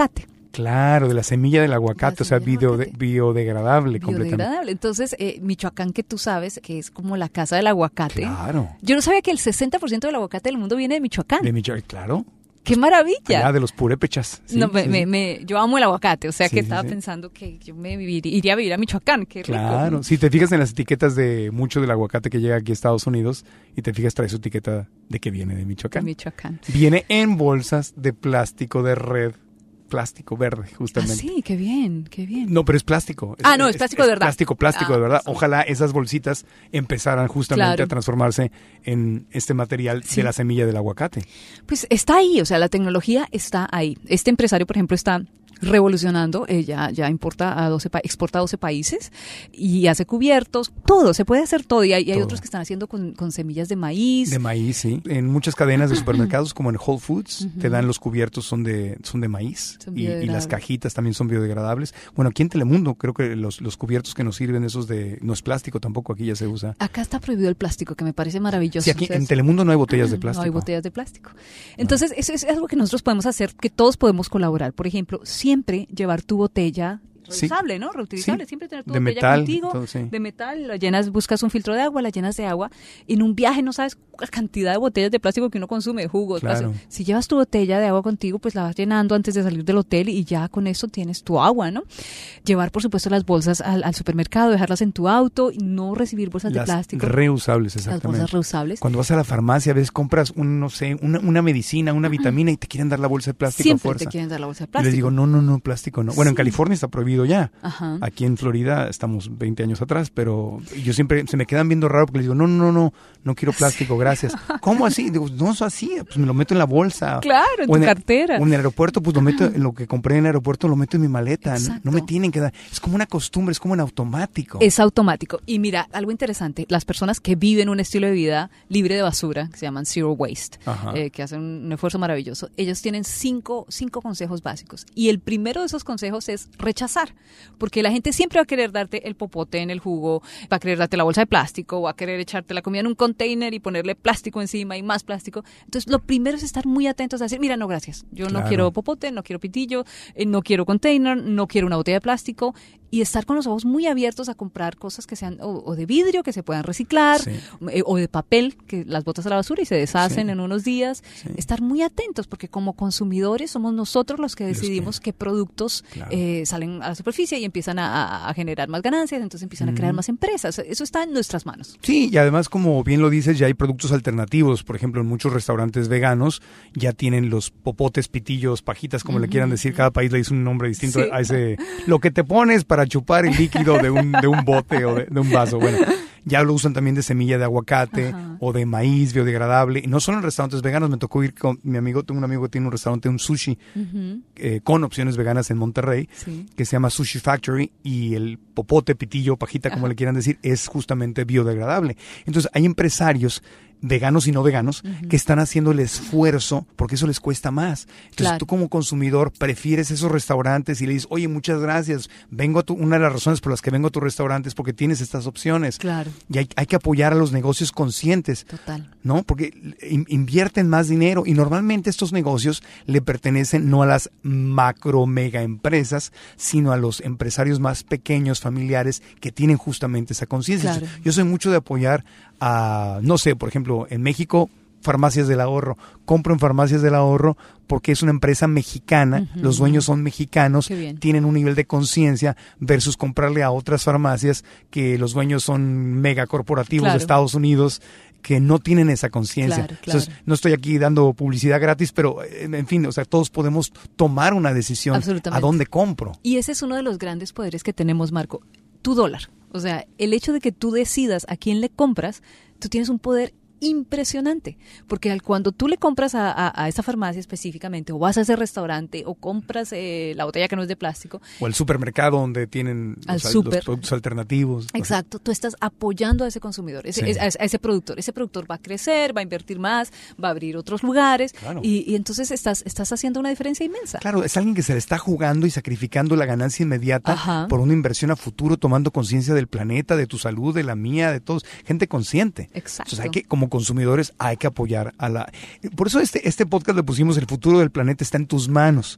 Claro, de la semilla del aguacate, La o sea, semilla del bio- aguacate. biodegradable completamente. Biodegradable. Entonces, eh, Michoacán, que tú sabes que es como la casa del aguacate. Claro. Yo no sabía que el sesenta por ciento del aguacate del mundo viene de Michoacán. De Michoacán, claro. ¡Qué maravilla! Allá de los purépechas. Sí, no, me, sí, me, sí. me- yo amo el aguacate, o sea Sí, que sí, estaba sí. pensando que yo me vivir- iría a vivir a Michoacán, qué rico. Claro, si te fijas en las etiquetas de mucho del aguacate que llega aquí a Estados Unidos y te fijas trae su etiqueta de que viene de De Michoacán. Michoacán. Viene en bolsas de plástico de red, plástico verde, Ah, justamente. sí, qué bien, qué bien. No, pero es plástico. Ah, no, es plástico de verdad. Plástico, plástico Ah, de verdad. sí. Ojalá esas bolsitas empezaran justamente Claro. a transformarse en este material Sí. de la semilla del aguacate. Pues está ahí, o sea, la tecnología está ahí. Este empresario, por ejemplo, está revolucionando, eh, ya, ya importa a doce pa- exporta a doce países y hace cubiertos, todo, se puede hacer todo. Y hay, y hay Todo. otros que están haciendo con, con semillas de maíz. De maíz, sí. En muchas cadenas de supermercados, como en Whole Foods, te dan los cubiertos, son de son de maíz. Son Y, y las biodegradables. cajitas también son biodegradables. Bueno, aquí en Telemundo, creo que los, los cubiertos que nos sirven, esos de... No es plástico tampoco, aquí ya se usa. Acá está prohibido el plástico, que me parece maravilloso. Sí, aquí O sea, en es- Telemundo no hay botellas de No plástico. hay botellas de plástico. Entonces, eso es algo que nosotros podemos hacer, que todos podemos colaborar. Por ejemplo, siempre llevar tu botella Sí. reusable, ¿no? Reutilizable, Sí. siempre tener tu De botella metal, contigo, todo, sí. de metal, la llenas, buscas un filtro de agua, la llenas de agua. En un viaje no sabes la cantidad de botellas de plástico que uno consume, jugos, Claro. plástico. Si llevas tu botella de agua contigo, pues la vas llenando antes de salir del hotel y ya con eso tienes tu agua, ¿no? Llevar, por supuesto, las bolsas al, al supermercado, dejarlas en tu auto y no recibir bolsas Las de plástico. reusables, Las exactamente. bolsas reusables. Cuando vas a la farmacia, a veces compras un, no sé, una, una medicina, una vitamina y te quieren dar la bolsa de plástico Siempre a fuerza. te quieren dar la bolsa de Y plástico. les digo, no, no, no, plástico no. Bueno, en Sí. California está prohibido ya. Ajá. Aquí en Florida estamos veinte años atrás, pero yo siempre se me quedan viendo raro porque les digo, no, no, no, no quiero plástico, gracias. ¿Cómo así? Digo, no, es así, pues me lo meto en la bolsa. Claro, en O tu el- cartera. O en el aeropuerto, pues lo meto, en lo que compré en el aeropuerto lo meto en mi maleta. No, Exacto. no me tienen que dar. Es como una costumbre, es como en automático. Es automático. Y mira, algo interesante, las personas que viven un estilo de vida libre de basura, que se llaman Zero Waste, Ajá. eh, que hacen un esfuerzo maravilloso, ellos tienen cinco, cinco consejos básicos. Y el primero de esos consejos es rechazar, porque la gente siempre va a querer darte el popote en el jugo, va a querer darte la bolsa de plástico, va a querer echarte la comida en un container y ponerle plástico encima y más plástico. Entonces, lo primero es estar muy atentos a decir, mira, no, gracias, yo no Claro. quiero popote, no quiero pitillo, eh, no quiero container, no quiero una botella de plástico, y estar con los ojos muy abiertos a comprar cosas que sean o, o de vidrio, que se puedan reciclar, Sí. eh, o de papel, que las botas a la basura y se deshacen Sí. en unos días. Sí. Estar muy atentos, porque como consumidores somos nosotros los que Los que- decidimos qué productos Claro. eh, salen a la superficie y empiezan a, a- a generar más ganancias, entonces empiezan a crear Ujú. más empresas. Eso está en nuestras manos. Sí, y además, como bien lo dices, ya hay productos alternativos. Por ejemplo, en muchos restaurantes veganos ya tienen los popotes, pitillos, pajitas, como le quieran decir. Cada país le dice un nombre distinto Sí. a ese. Lo que te pones para chupar el líquido de un, de un bote o de, de un vaso. Bueno, ya lo usan también de semilla de aguacate Ajá. o de maíz biodegradable. Y no solo en restaurantes veganos. Me tocó ir con mi amigo, tengo un amigo que tiene un restaurante, un sushi, Ujú. eh, con opciones veganas en Monterrey, Sí. que se llama Sushi Factory, y el popote, pitillo, pajita, como Ajá. le quieran decir, es justamente biodegradable. Entonces hay empresarios veganos y no veganos Ujú. que están haciendo el esfuerzo porque eso les cuesta más. Entonces Claro. tú como consumidor prefieres esos restaurantes y le dices, oye, muchas gracias, vengo a tu, una de las razones por las que vengo a tu restaurante es porque tienes estas opciones. Claro, Y hay, hay que apoyar a los negocios conscientes, total. ¿no? Porque in- invierten más dinero y normalmente estos negocios le pertenecen no a las macro mega empresas, sino a los empresarios más pequeños, familiares, que tienen justamente esa conciencia. Claro. Yo soy mucho de apoyar a, no sé, por ejemplo, en México, Farmacias del Ahorro. Compro en Farmacias del Ahorro porque es una empresa mexicana, Ujú. los dueños son mexicanos, Qué bien. tienen un nivel de conciencia versus comprarle a otras farmacias que los dueños son megacorporativos Claro. de Estados Unidos que no tienen esa conciencia. Claro, claro. Entonces, no estoy aquí dando publicidad gratis, pero en en fin, o sea, todos podemos tomar una decisión Absolutamente. a dónde compro. Y ese es uno de los grandes poderes que tenemos, Marco. Tu dólar. O sea, el hecho de que tú decidas a quién le compras, tú tienes un poder impresionante, porque al cuando tú le compras a, a, a esa farmacia específicamente, o vas a ese restaurante, o compras eh, la botella que no es de plástico, O el supermercado donde tienen Al los, súper. los productos alternativos. exacto, tú estás apoyando a ese consumidor, ese, Sí. es- a, ese- a ese productor. Ese productor va a crecer, va a invertir más, va a abrir otros lugares, Claro. y, y entonces estás, estás haciendo una diferencia inmensa. Claro, es alguien que se le está jugando y sacrificando la ganancia inmediata Ajá. por una inversión a futuro, tomando conciencia del planeta, de tu salud, de la mía, de todos. Gente consciente. Exacto. Entonces hay que, como consumidores, hay que apoyar a la... Por eso este, este podcast le pusimos El futuro del planeta está en tus manos.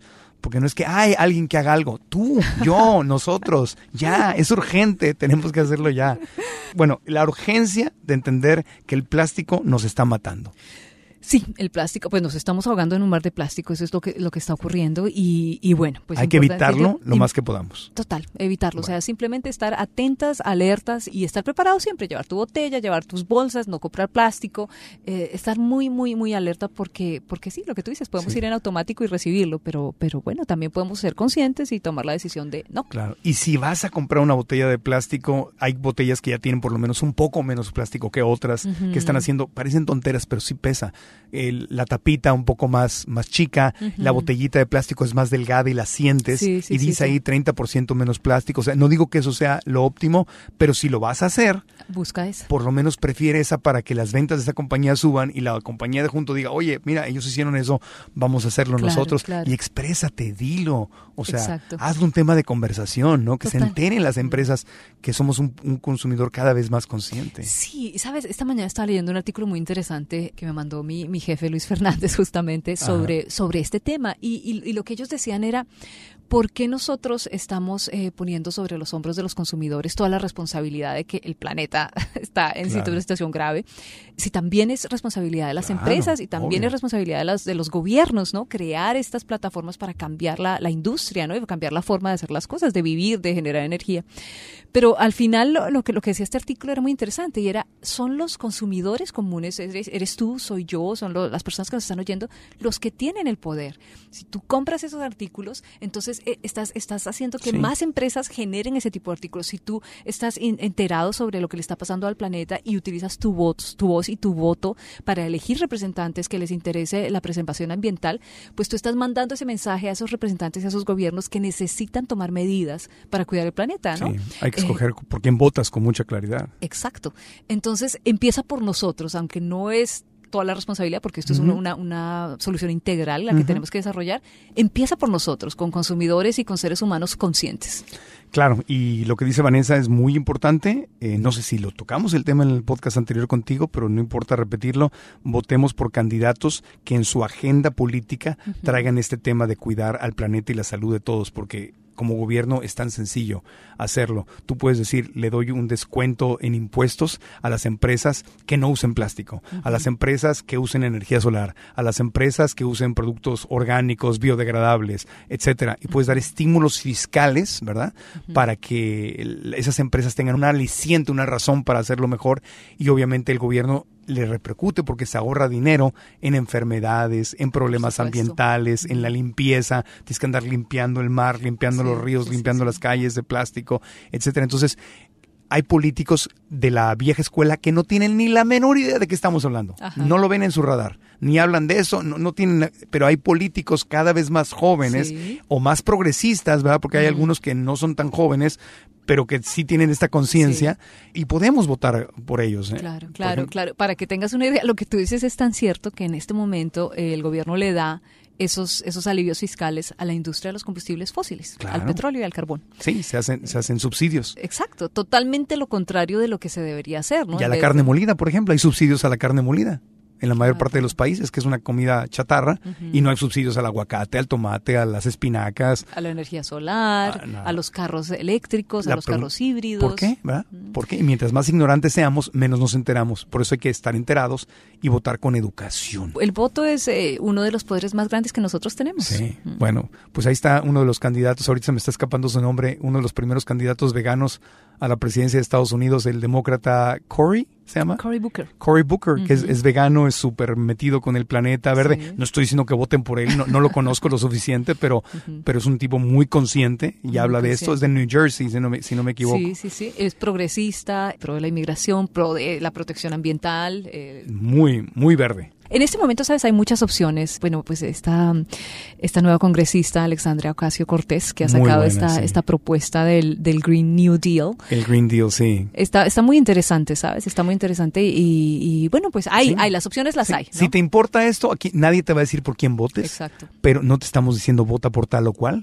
Porque no es que hay alguien que haga algo. Tú, yo, nosotros. Ya, es urgente. Tenemos que hacerlo ya. Bueno, la urgencia de entender que el plástico nos está matando. Sí, el plástico, pues nos estamos ahogando en un mar de plástico, eso es lo que lo que está ocurriendo y, y bueno, pues hay que evitarlo lo más que podamos. Total, evitarlo, Bueno. o sea, simplemente estar atentas, alertas y estar preparados siempre, llevar tu botella, llevar tus bolsas, no comprar plástico, eh, estar muy, muy, muy alerta porque, porque sí, lo que tú dices, podemos Sí. ir en automático y recibirlo, pero, pero bueno, también podemos ser conscientes y tomar la decisión de no. Claro. Y si vas a comprar una botella de plástico, hay botellas que ya tienen por lo menos un poco menos plástico que otras, Ujú. que están haciendo, parecen tonteras, pero sí pesa. El, la tapita un poco más, más chica, Ujú. la botellita de plástico es más delgada y la sientes, Sí, sí, y sí, dice sí. ahí treinta por ciento menos plástico. O sea, no digo que eso sea lo óptimo, pero si lo vas a hacer, Busca esa. por lo menos prefiere esa para que las ventas de esa compañía suban y la compañía de junto diga, oye, mira, ellos hicieron eso, vamos a hacerlo Claro, nosotros. claro. Y exprésate, dilo. O sea, Exacto. hazlo un tema de conversación, ¿no? Que se Total. enteren las empresas que somos un, un consumidor cada vez más consciente. Sí, sabes, esta mañana estaba leyendo un artículo muy interesante que me mandó mi, mi jefe Luis Fernández justamente sobre, sobre este tema y, y, y lo que ellos decían era ¿por qué nosotros estamos eh, poniendo sobre los hombros de los consumidores toda la responsabilidad de que el planeta está en Claro. una situación grave? Si también es responsabilidad de las Claro, empresas y también obvio. es responsabilidad de, las, de los gobiernos, ¿no? Crear estas plataformas para cambiar la, la industria, ¿no? Y cambiar la forma de hacer las cosas, de vivir, de generar energía. Pero al final lo, lo que lo que decía este artículo era muy interesante y era, son los consumidores comunes, eres, eres tú, soy yo, son lo, las personas que nos están oyendo, los que tienen el poder. Si tú compras esos artículos, entonces eh, estás, estás haciendo que Sí. más empresas generen ese tipo de artículos. Si tú estás in- enterado sobre lo que le está pasando al planeta y utilizas tu voz, tu voz y tu voto para elegir representantes que les interese la preservación ambiental, pues tú estás mandando ese mensaje a esos representantes y a esos gobiernos que necesitan tomar medidas para cuidar el planeta, ¿no? Sí, hay que Eh, escoger por quién votas con mucha claridad. Exacto. Entonces empieza por nosotros, aunque no es toda la responsabilidad, porque esto es Ujú. una, una, una solución integral la que Ujú. tenemos que desarrollar, empieza por nosotros, con consumidores y con seres humanos conscientes. Claro, y lo que dice Vanessa es muy importante. Eh, no sé si lo tocamos el tema en el podcast anterior contigo, pero no importa repetirlo. Votemos por candidatos que en su agenda política Ujú. traigan este tema de cuidar al planeta y la salud de todos, porque como gobierno es tan sencillo hacerlo. Tú puedes decir, le doy un descuento en impuestos a las empresas que no usen plástico, a las empresas que usen energía solar, a las empresas que usen productos orgánicos, biodegradables, etcétera. Y puedes dar estímulos fiscales, ¿verdad? Para que el- esas empresas tengan una aliciente, una razón para hacerlo mejor y obviamente el gobierno le repercute porque se ahorra dinero en enfermedades, en problemas supuesto. ambientales, en la limpieza. Tienes que andar limpiando el mar, limpiando Sí, los ríos, sí, sí, limpiando sí. las calles de plástico, etcétera. Entonces, hay políticos de la vieja escuela que no tienen ni la menor idea de qué estamos hablando. Ajá. No lo ven en su radar, ni hablan de eso, no, no tienen, pero hay políticos cada vez más jóvenes Sí. o más progresistas, ¿verdad? Porque hay Ujú. algunos que no son tan jóvenes, pero que sí tienen esta conciencia y podemos votar por ellos. ¿eh? Claro, Por claro, ejemplo. claro. Para que tengas una idea, lo que tú dices es tan cierto que en este momento eh, el gobierno le da esos, esos alivios fiscales a la industria de los combustibles fósiles, Claro. al petróleo y al carbón. Sí, se hacen, se hacen subsidios. Exacto, totalmente lo contrario de lo que se debería hacer, ¿no? Y a En la vez carne de- molida, por ejemplo, hay subsidios a la carne molida. En la mayor Ah, parte de los países, que es una comida chatarra, Ujú. y no hay subsidios al aguacate, al tomate, a las espinacas. a la energía solar, Ah, nada. a los carros eléctricos, La a los pregun- carros híbridos. ¿Por qué? ¿Verdad? ¿Por qué? Y mientras más ignorantes seamos, menos nos enteramos. Por eso hay que estar enterados y votar con educación. El voto es eh, uno de los poderes más grandes que nosotros tenemos. Sí, bueno, pues ahí está uno de los candidatos, ahorita se me está escapando su nombre, uno de los primeros candidatos veganos a la presidencia de Estados Unidos, el demócrata Cory, ¿se llama? Cory Booker. Cory Booker, que es, Ujú. es vegano, es súper metido con el planeta verde. Sí. No estoy diciendo que voten por él, no, no lo conozco lo suficiente, pero, Ujú. pero es un tipo muy consciente y Muy habla de esto. Es de New Jersey, si no me, si no me equivoco. Sí, sí, sí. Es progresista, pro de la inmigración, pro de la protección ambiental. eh, Muy, muy verde. En este momento, sabes, hay muchas opciones. Bueno, pues esta, esta nueva congresista, Alexandria Ocasio-Cortez, que ha Muy sacado buena, esta, sí. esta propuesta del, del Green New Deal. El Green Deal, sí. Está, está muy interesante, ¿sabes? Está muy interesante y, y bueno, pues hay, Sí. hay, las opciones las Sí, hay, ¿no? Si te importa esto, aquí nadie te va a decir por quién votes. Exacto. Pero no te estamos diciendo vota por tal o cual,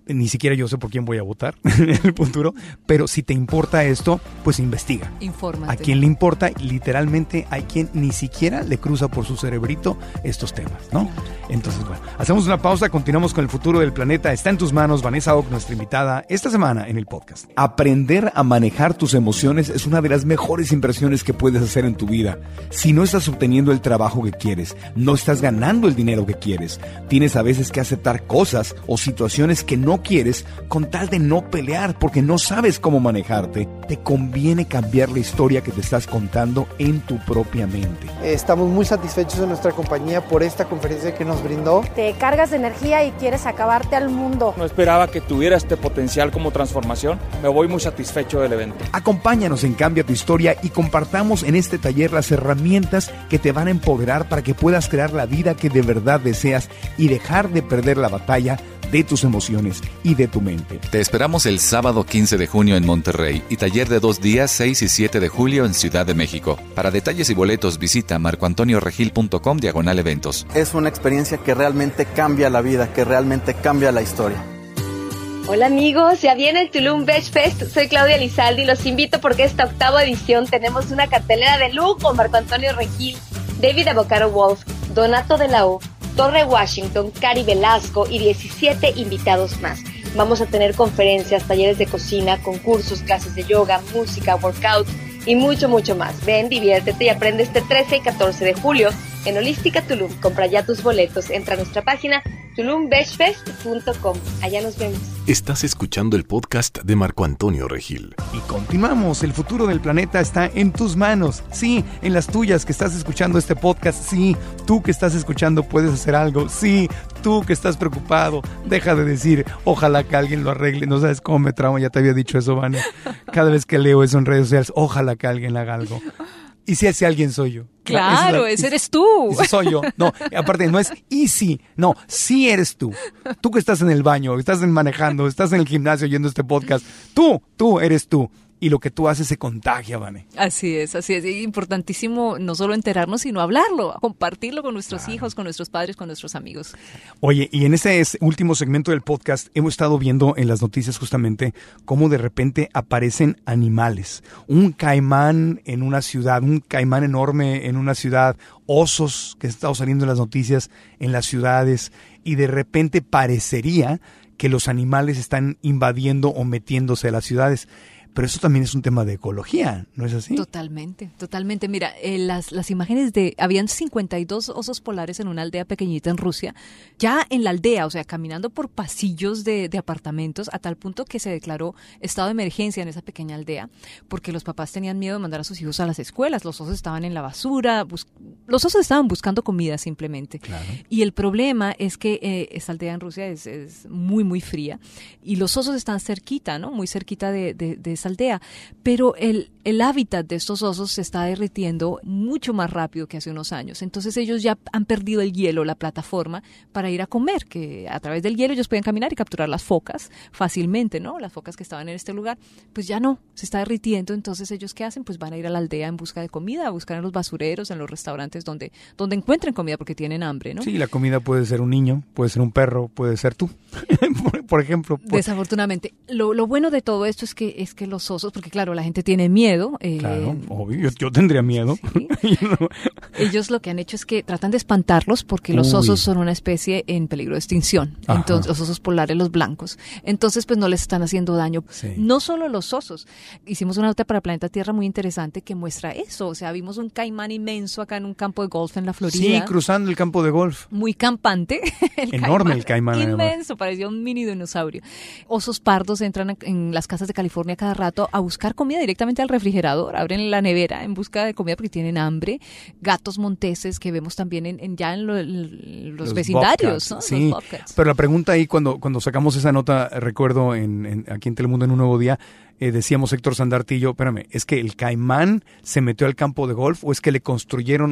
ni siquiera yo sé por quién voy a votar en el futuro, pero si te importa esto, pues investiga. Infórmate. A quien le importa, literalmente hay quien ni siquiera le cruza por su cerebrito estos temas, ¿no? Entonces, bueno, hacemos una pausa, continuamos con el futuro del planeta. Está en tus manos, Vanessa Ock, nuestra invitada esta semana en el podcast. Aprender a manejar tus emociones es una de las mejores inversiones que puedes hacer en tu vida. Si no estás obteniendo el trabajo que quieres, no estás ganando el dinero que quieres, tienes a veces que aceptar cosas o situaciones que no quieres con tal de no pelear porque no sabes cómo manejarte, te conviene cambiar la historia que te estás contando en tu propia mente. Estamos muy satisfechos en nuestra compañía por esta conferencia que nos brindó. Te cargas de energía y quieres acabarte al mundo. No esperaba que tuviera este potencial como transformación. Me voy muy satisfecho del evento. Acompáñanos en Cambia tu Historia y compartamos en este taller las herramientas que te van a empoderar para que puedas crear la vida que de verdad deseas y dejar de perder la batalla de tus emociones y de tu mente. Te esperamos el sábado quince de junio en Monterrey y taller de dos días seis y siete de julio en Ciudad de México. Para detalles y boletos visita marcoantonioregil.com diagonal eventos. Es una experiencia que realmente cambia la vida, que realmente cambia la historia. Hola amigos, ya viene el Tulum Beach Fest. Soy Claudia Lizaldi y los invito porque esta octava edición tenemos una cartelera de lujo. Marco Antonio Regil, David Avocado Wolf, Donato de la U, Torre Washington, Cari Velasco y diecisiete invitados más. Vamos a tener conferencias, talleres de cocina, concursos, clases de yoga, música, workout y mucho, mucho más. Ven, diviértete y aprende este trece y catorce de julio en Holística Tulum. Compra ya tus boletos. Entra a nuestra página tulum beach fest punto com. Allá nos vemos. Estás escuchando el podcast de Marco Antonio Regil. Y continuamos. El futuro del planeta está en tus manos. Sí, en las tuyas que estás escuchando este podcast. Sí, tú que estás escuchando puedes hacer algo. Sí, tú que estás preocupado, deja de decir, ojalá que alguien lo arregle. No sabes cómo me trauma, ya te había dicho eso, Vane. Cada vez que leo eso en redes sociales, ojalá que alguien haga algo. Y si ese alguien soy yo. Claro, la, ese eres tú. Ese soy yo. No, aparte no es y sí, no, sí eres tú. Tú que estás en el baño, estás manejando, estás en el gimnasio oyendo este podcast. Tú, tú eres tú. Y lo que tú haces se contagia, Vane. Así es, así es. Es importantísimo no solo enterarnos, sino hablarlo, compartirlo con nuestros claro. hijos, con nuestros padres, con nuestros amigos. Oye, y en este último segmento del podcast hemos estado viendo en las noticias justamente cómo de repente aparecen animales. Un caimán en una ciudad, un caimán enorme en una ciudad, osos que han estado saliendo en las noticias en las ciudades y de repente parecería que los animales están invadiendo o metiéndose a las ciudades. Pero eso también es un tema de ecología, ¿no es así? Totalmente, totalmente. Mira, eh, las, las imágenes de... Habían cincuenta y dos osos polares en una aldea pequeñita en Rusia. Ya en la aldea, o sea, caminando por pasillos de, de apartamentos, a tal punto que se declaró estado de emergencia en esa pequeña aldea, porque los papás tenían miedo de mandar a sus hijos a las escuelas. Los osos estaban en la basura, bus- los osos estaban buscando comida simplemente. Claro. Y el problema es que eh, esa aldea en Rusia es, es muy, muy fría. Y los osos están cerquita, ¿no? Muy cerquita de, de, de esa aldea, pero el, el hábitat de estos osos se está derritiendo mucho más rápido que hace unos años. Entonces ellos ya han perdido el hielo, la plataforma para ir a comer, que a través del hielo ellos pueden caminar y capturar las focas fácilmente, ¿no? Las focas que estaban en este lugar, pues ya no, se está derritiendo. Entonces ellos ¿qué hacen? Pues van a ir a la aldea en busca de comida, a buscar en los basureros, en los restaurantes donde, donde encuentren comida porque tienen hambre, ¿no? Sí, la comida puede ser un niño, puede ser un perro, puede ser tú, por ejemplo. Pues. Desafortunadamente. Lo, lo bueno de todo esto es que, es que los Los osos, porque claro, la gente tiene miedo. Eh, claro, obvio, yo, yo tendría miedo. Sí. Ellos lo que han hecho es que tratan de espantarlos porque los Uy. osos son una especie en peligro de extinción. Ajá. Entonces, los osos polares, los blancos. Entonces, pues no les están haciendo daño. Sí. No solo los osos. Hicimos una nota para Planeta Tierra muy interesante que muestra eso. O sea, vimos un caimán inmenso acá en un campo de golf en la Florida. Sí, cruzando el campo de golf. Muy campante. El Enorme caimán, el caimán. Inmenso, además. Parecía un mini dinosaurio. Osos pardos entran en las casas de California cada rato a buscar comida directamente al refrigerador, abren la nevera en busca de comida porque tienen hambre. Gatos monteses que vemos también en, en ya en, lo, en los, los vecindarios, ¿no? Sí, los pero la pregunta ahí cuando, cuando sacamos esa nota, recuerdo en, en, aquí en Telemundo en un nuevo día, eh, decíamos Héctor Sandartillo, espérame, ¿es que el caimán se metió al campo de golf o es que le construyeron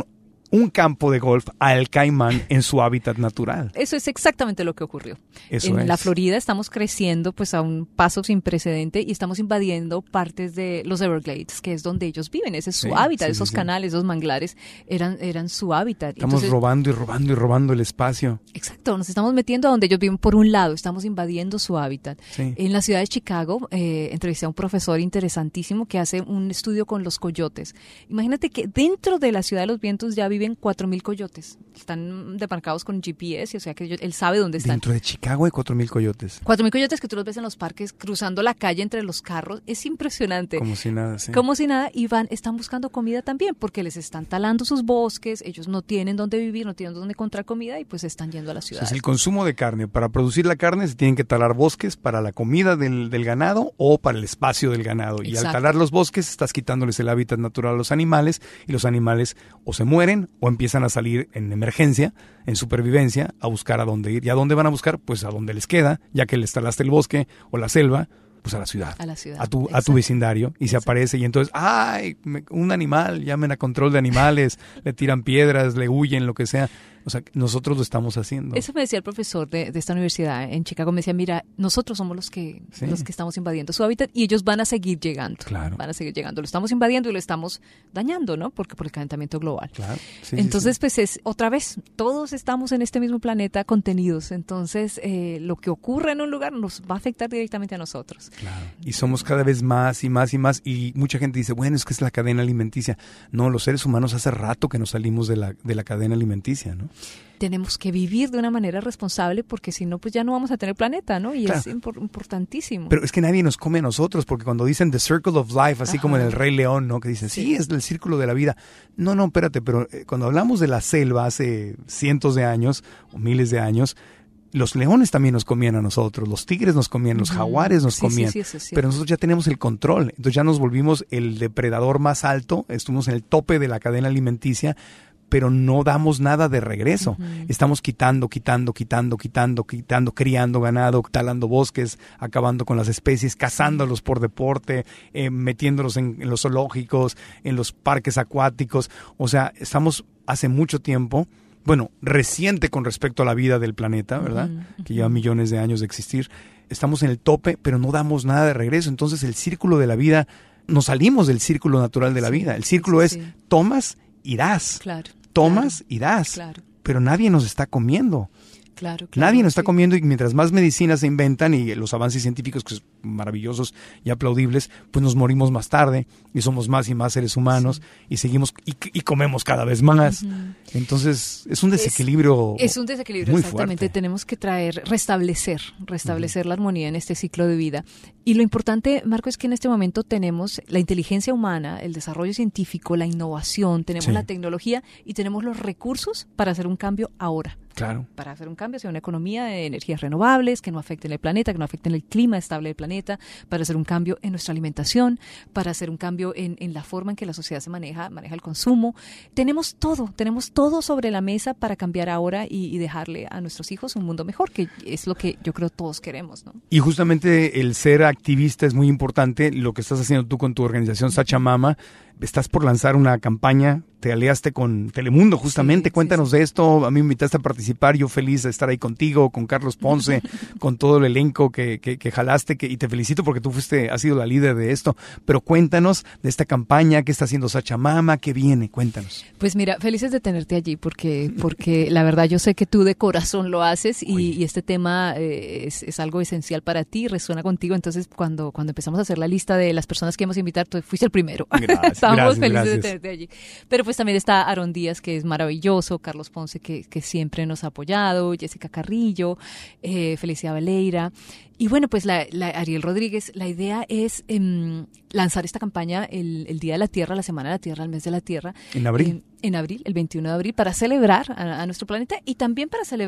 un campo de golf al caimán en su hábitat natural. Eso es exactamente lo que ocurrió. Eso en es. la Florida estamos creciendo pues a un paso sin precedente y estamos invadiendo partes de los Everglades, que es donde ellos viven. Ese es su Sí, hábitat, sí, esos sí, sí. canales, esos manglares eran, eran su hábitat. Estamos Entonces, robando y robando y robando el espacio. exacto, nos estamos metiendo a donde ellos viven por un lado, estamos invadiendo su hábitat. Sí. En la ciudad de Chicago eh, entrevisté a un profesor interesantísimo que hace un estudio con los coyotes. Imagínate que dentro de la ciudad de los vientos ya viven cuatro mil coyotes. Están demarcados con G P S, o sea que ellos- él sabe dónde están. Dentro de Chicago hay cuatro mil coyotes. Cuatro mil coyotes que tú los ves en los parques cruzando la calle entre los carros. Es impresionante. Como si nada, sí. Como si nada, y van, están buscando comida también, porque les están talando sus bosques, ellos no tienen dónde vivir, no tienen dónde encontrar comida y pues están yendo a la O sea, ciudad. es el consumo de carne. Para producir la carne se tienen que talar bosques para la comida del, del ganado o para el espacio del ganado. Y Exacto. al talar los bosques estás quitándoles el hábitat natural a los animales y los animales o se mueren o empiezan a salir en emergencia, en supervivencia, a buscar a dónde ir. ¿Y a dónde van a buscar? Pues a donde les queda, ya que les talaste el bosque o la selva, pues a la ciudad. A la ciudad. A tu, a tu Exacto. vecindario. Y se aparece y entonces, ¡ay! me- un animal, llamen a control de animales, le tiran piedras, le huyen, lo que sea. O sea, nosotros lo estamos haciendo. Eso me decía el profesor de, de esta universidad en Chicago, me decía, mira, nosotros somos los que Sí. los que estamos invadiendo su hábitat y ellos van a seguir llegando. Claro. Van a seguir llegando. Lo estamos invadiendo y lo estamos dañando, ¿no? Porque por el calentamiento global. Claro. Sí, sí, Entonces, sí. pues es otra vez, todos estamos en este mismo planeta contenidos. Entonces, eh, lo que ocurre en un lugar nos va a afectar directamente a nosotros. Claro. Y somos cada vez más y más y más. Y mucha gente dice, bueno, es que es la cadena alimenticia. No, los seres humanos hace rato que nos salimos de la, de la cadena alimenticia, ¿no? Tenemos que vivir de una manera responsable porque si no, pues ya no vamos a tener planeta, ¿no? Y Claro. es impor- importantísimo. Pero es que nadie nos come a nosotros, porque cuando dicen the circle of life, así Ajá. como en el Rey León, ¿no? Que dicen, sí. Sí. es el círculo de la vida. No, no, espérate, pero eh, cuando hablamos de la selva hace cientos de años o miles de años, los leones también nos comían a nosotros, los tigres nos comían, los Ujú. jaguares nos Sí, comían, sí, sí, eso es cierto. pero nosotros ya tenemos el control, entonces ya nos volvimos el depredador más alto, estuvimos en el tope de la cadena alimenticia, pero no damos nada de regreso. Ujú. Estamos quitando, quitando, quitando, quitando, quitando, criando ganado, talando bosques, acabando con las especies, cazándolos por deporte, eh, metiéndolos en, en los zoológicos, en los parques acuáticos. O sea, estamos hace mucho tiempo, bueno, reciente con respecto a la vida del planeta, ¿verdad? Ujú, Que lleva millones de años de existir. Estamos en el tope, pero no damos nada de regreso. Entonces el círculo de la vida, nos salimos del círculo natural de la Sí, vida. El círculo sí, es sí. tomas y das. Claro. Tomas claro, y das. Claro, Pero nadie nos está comiendo. claro. claro, Nadie nos está sí. comiendo y mientras más medicinas se inventan y los avances científicos que son maravillosos y aplaudibles, pues nos morimos más tarde y somos más y más seres humanos y seguimos y, y comemos cada vez más. Ujú. Entonces es un desequilibrio. Es un desequilibrio, muy exactamente. fuerte. Tenemos que traer, restablecer, restablecer la armonía en este ciclo de vida. Y lo importante, Marco, es que en este momento tenemos la inteligencia humana, el desarrollo científico, la innovación, tenemos Sí. la tecnología y tenemos los recursos para hacer un cambio ahora. Claro. Para hacer un cambio hacia una economía de energías renovables que no afecten el planeta, que no afecten el clima estable del planeta, para hacer un cambio en nuestra alimentación, para hacer un cambio en, en la forma en que la sociedad se maneja, maneja el consumo. Tenemos todo, tenemos todo sobre la mesa para cambiar ahora y, y dejarle a nuestros hijos un mundo mejor, que es lo que yo creo todos queremos, ¿no? Y justamente el ser activista es muy importante. Lo que estás haciendo tú con tu organización Sachamama, estás por lanzar una campaña, te aliaste con Telemundo justamente, Sí, cuéntanos sí, sí. de esto, a mí me invitaste a participar, yo feliz de estar ahí contigo, con Carlos Ponce, con todo el elenco que, que, que jalaste, que, y te felicito porque tú fuiste, has sido la líder de esto, pero cuéntanos de esta campaña, qué está haciendo Sachamama, qué viene, cuéntanos. Pues mira, felices de tenerte allí porque, porque la verdad yo sé que tú de corazón lo haces y, y este tema eh, es, es algo esencial para ti, resuena contigo. Entonces cuando, cuando empezamos a hacer la lista de las personas que íbamos a invitar, tú fuiste el primero. Gracias, Estábamos gracias, felices gracias. de tenerte allí. Pero pues también está Aaron Díaz, que es maravilloso, Carlos Ponce, que, que siempre nos ha apoyado, Jessica Carrillo, eh, Felicia Valeira. Y bueno, pues la, la Ariel Rodríguez, la idea es eh, lanzar esta campaña el, el Día de la Tierra, la Semana de la Tierra, el Mes de la Tierra. En abril. Eh, en abril, el veintiuno de abril, para celebrar a, a nuestro planeta y también para celebrar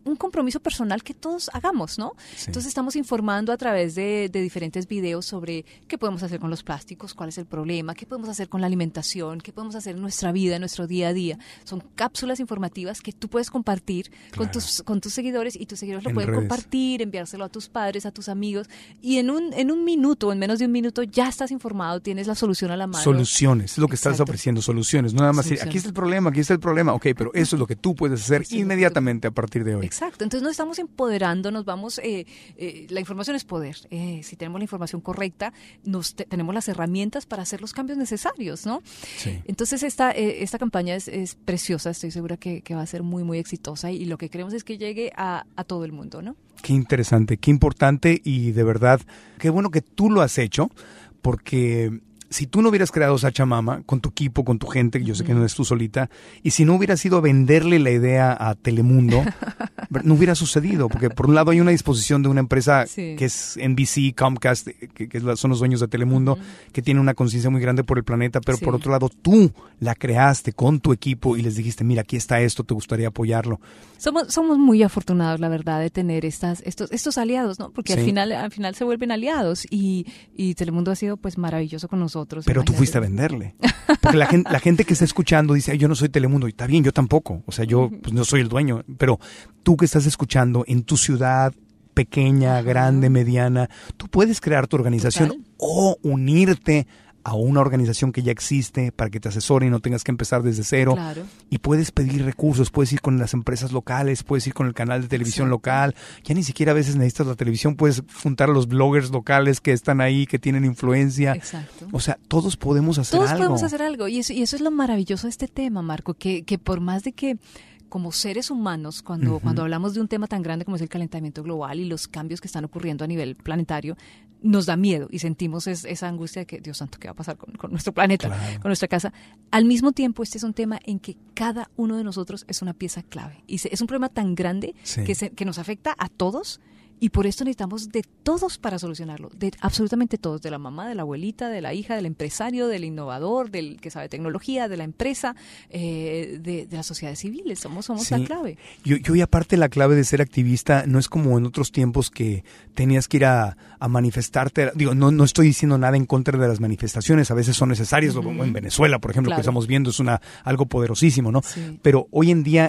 un compromiso personal que todos hagamos, ¿no? Sí. Entonces estamos informando a través de, de diferentes videos sobre qué podemos hacer con los plásticos, cuál es el problema, qué podemos hacer con la alimentación, qué podemos hacer en nuestra vida, en nuestro día a día. Son cápsulas informativas que tú puedes compartir claro. con tus con tus seguidores y tus seguidores lo en pueden redes. compartir, enviárselo a tus padres, a tus amigos y en un en un minuto, en menos de un minuto ya estás informado, tienes la solución a la mano. Soluciones, es lo que Exacto. estás ofreciendo, soluciones, no nada más decir, aquí está el problema, aquí está el problema, ok, pero eso es lo que tú puedes hacer eso inmediatamente a partir de hoy. Exacto, entonces nos estamos empoderando, nos vamos, eh, eh, la información es poder, eh, si tenemos la información correcta, nos te, tenemos las herramientas para hacer los cambios necesarios, ¿no? Sí. Entonces esta, eh, esta campaña es, es preciosa, estoy segura que, que va a ser muy, muy exitosa y, y lo que queremos es que llegue a, a todo el mundo, ¿no? Qué interesante, qué importante y de verdad, qué bueno que tú lo has hecho, porque si tú no hubieras creado Sacha Mama con tu equipo, con tu gente, que yo sé que no eres tú solita, y si no hubieras ido a venderle la idea a Telemundo, no hubiera sucedido, porque por un lado hay una disposición de una empresa sí. que es N B C, Comcast, que, que son los dueños de Telemundo, uh-huh. que tiene una conciencia muy grande por el planeta, pero sí. por otro lado tú la creaste con tu equipo y les dijiste, mira, aquí está esto, te gustaría apoyarlo. Somos somos muy afortunados, la verdad, de tener estas estos estos aliados, ¿no? Porque sí. al final al final se vuelven aliados y, y Telemundo ha sido pues maravilloso con nosotros. Pero imagínate. Tú fuiste a venderle. Porque la gente, la gente que está escuchando dice, yo no soy Telemundo. Y está bien, yo tampoco. O sea, yo pues, no soy el dueño. Pero tú que estás escuchando en tu ciudad pequeña, Ajá. grande, mediana, tú puedes crear tu organización Total. o unirte a una organización que ya existe para que te asesore y no tengas que empezar desde cero. Claro. Y puedes pedir recursos, puedes ir con las empresas locales, puedes ir con el canal de televisión Exacto. local. Ya ni siquiera a veces necesitas la televisión, puedes juntar a los bloggers locales que están ahí, que tienen influencia. Exacto. O sea, todos podemos hacer todos algo. Todos podemos hacer algo y eso, y eso es lo maravilloso de este tema, Marco, que, que por más de que como seres humanos, cuando, uh-huh. cuando hablamos de un tema tan grande como es el calentamiento global y los cambios que están ocurriendo a nivel planetario, nos da miedo y sentimos es, esa angustia de que, Dios santo, ¿qué va a pasar con, con nuestro planeta, claro. con nuestra casa? Al mismo tiempo, este es un tema en que cada uno de nosotros es una pieza clave. Y se, es un problema tan grande sí. que, se, que nos afecta a todos. Y por esto necesitamos de todos para solucionarlo, de absolutamente todos, de la mamá, de la abuelita, de la hija, del empresario, del innovador, del que sabe tecnología, de la empresa, eh, de, de las sociedades civiles. Somos, somos sí. la clave. Yo, yo y aparte la clave de ser activista no es como en otros tiempos que tenías que ir a, a manifestarte. Digo, no, no estoy diciendo nada en contra de las manifestaciones, a veces son necesarias, uh-huh. como en Venezuela, por ejemplo, claro. que estamos viendo, es una algo poderosísimo, ¿no? Sí. Pero hoy en día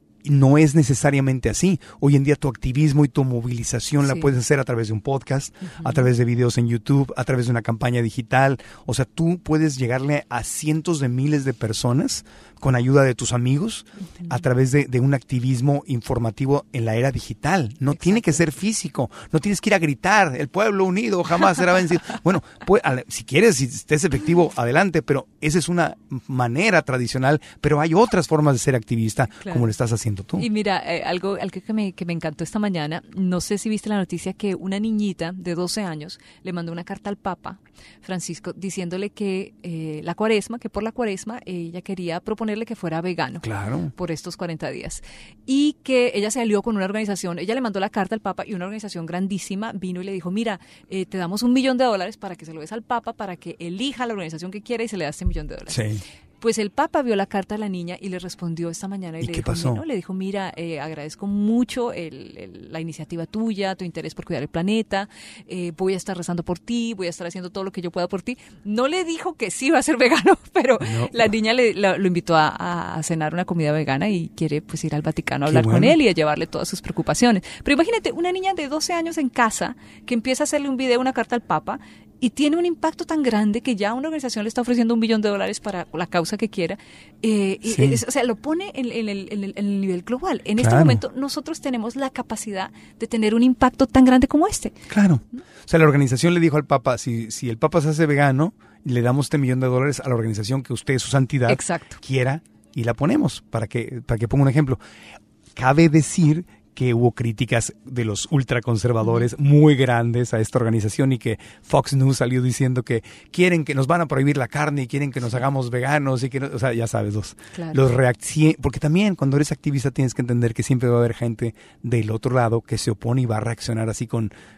no es necesariamente así. Hoy en día tu activismo y tu movilización sí. la puedes hacer a través de un podcast, uh-huh. a través de videos en YouTube, a través de una campaña digital. O sea, tú puedes llegarle a cientos de miles de personas con ayuda de tus amigos uh-huh. a través de, de un activismo informativo en la era digital. No Exacto. tiene que ser físico, no tienes que ir a gritar, el pueblo unido jamás será vencido. Bueno, pues, si quieres, si estés efectivo, adelante, pero esa es una manera tradicional, pero hay otras formas de ser activista claro. como lo estás haciendo tú. Y mira, eh, algo, algo que, me, que me encantó esta mañana, no sé si viste la noticia que una niñita de doce años le mandó una carta al Papa Francisco diciéndole que eh, la cuaresma, que por la cuaresma ella quería proponerle que fuera vegano claro. por estos cuarenta días y que ella se alió con una organización, ella le mandó la carta al Papa y una organización grandísima vino y le dijo, mira, eh, te damos un millón de dólares para que se lo des al Papa para que elija la organización que quiera y se le da este millón de dólares. Sí. Pues el Papa vio la carta a la niña y le respondió esta mañana y, ¿Y le, qué dijo, pasó? ¿no? le dijo, mira, eh, agradezco mucho el, el, la iniciativa tuya, tu interés por cuidar el planeta, eh, voy a estar rezando por ti, voy a estar haciendo todo lo que yo pueda por ti. No le dijo que sí iba a ser vegano, pero no. la niña le, la, lo invitó a, a cenar una comida vegana y quiere pues ir al Vaticano a hablar bueno. con él y a llevarle todas sus preocupaciones. Pero imagínate, una niña de doce años en casa que empieza a hacerle un video, una carta al Papa, y tiene un impacto tan grande que ya una organización le está ofreciendo un billón de dólares para la causa que quiera. Eh, sí. y, es, o sea, lo pone en, en, el, en, el, en el nivel global. En claro. este momento nosotros tenemos la capacidad de tener un impacto tan grande como este. Claro. O sea, la organización le dijo al Papa, si, si el Papa se hace vegano, le damos este millón de dólares a la organización que usted, su santidad, Exacto. quiera y la ponemos para que, para que ponga un ejemplo. Cabe decir que hubo críticas de los ultraconservadores muy grandes a esta organización y que Fox News salió diciendo que quieren que nos van a prohibir la carne y quieren que nos hagamos veganos y que no, o sea, ya sabes, los, claro. los reacciones, porque también cuando eres activista tienes que entender que siempre va a haber gente del otro lado que se opone y va a reaccionar así con,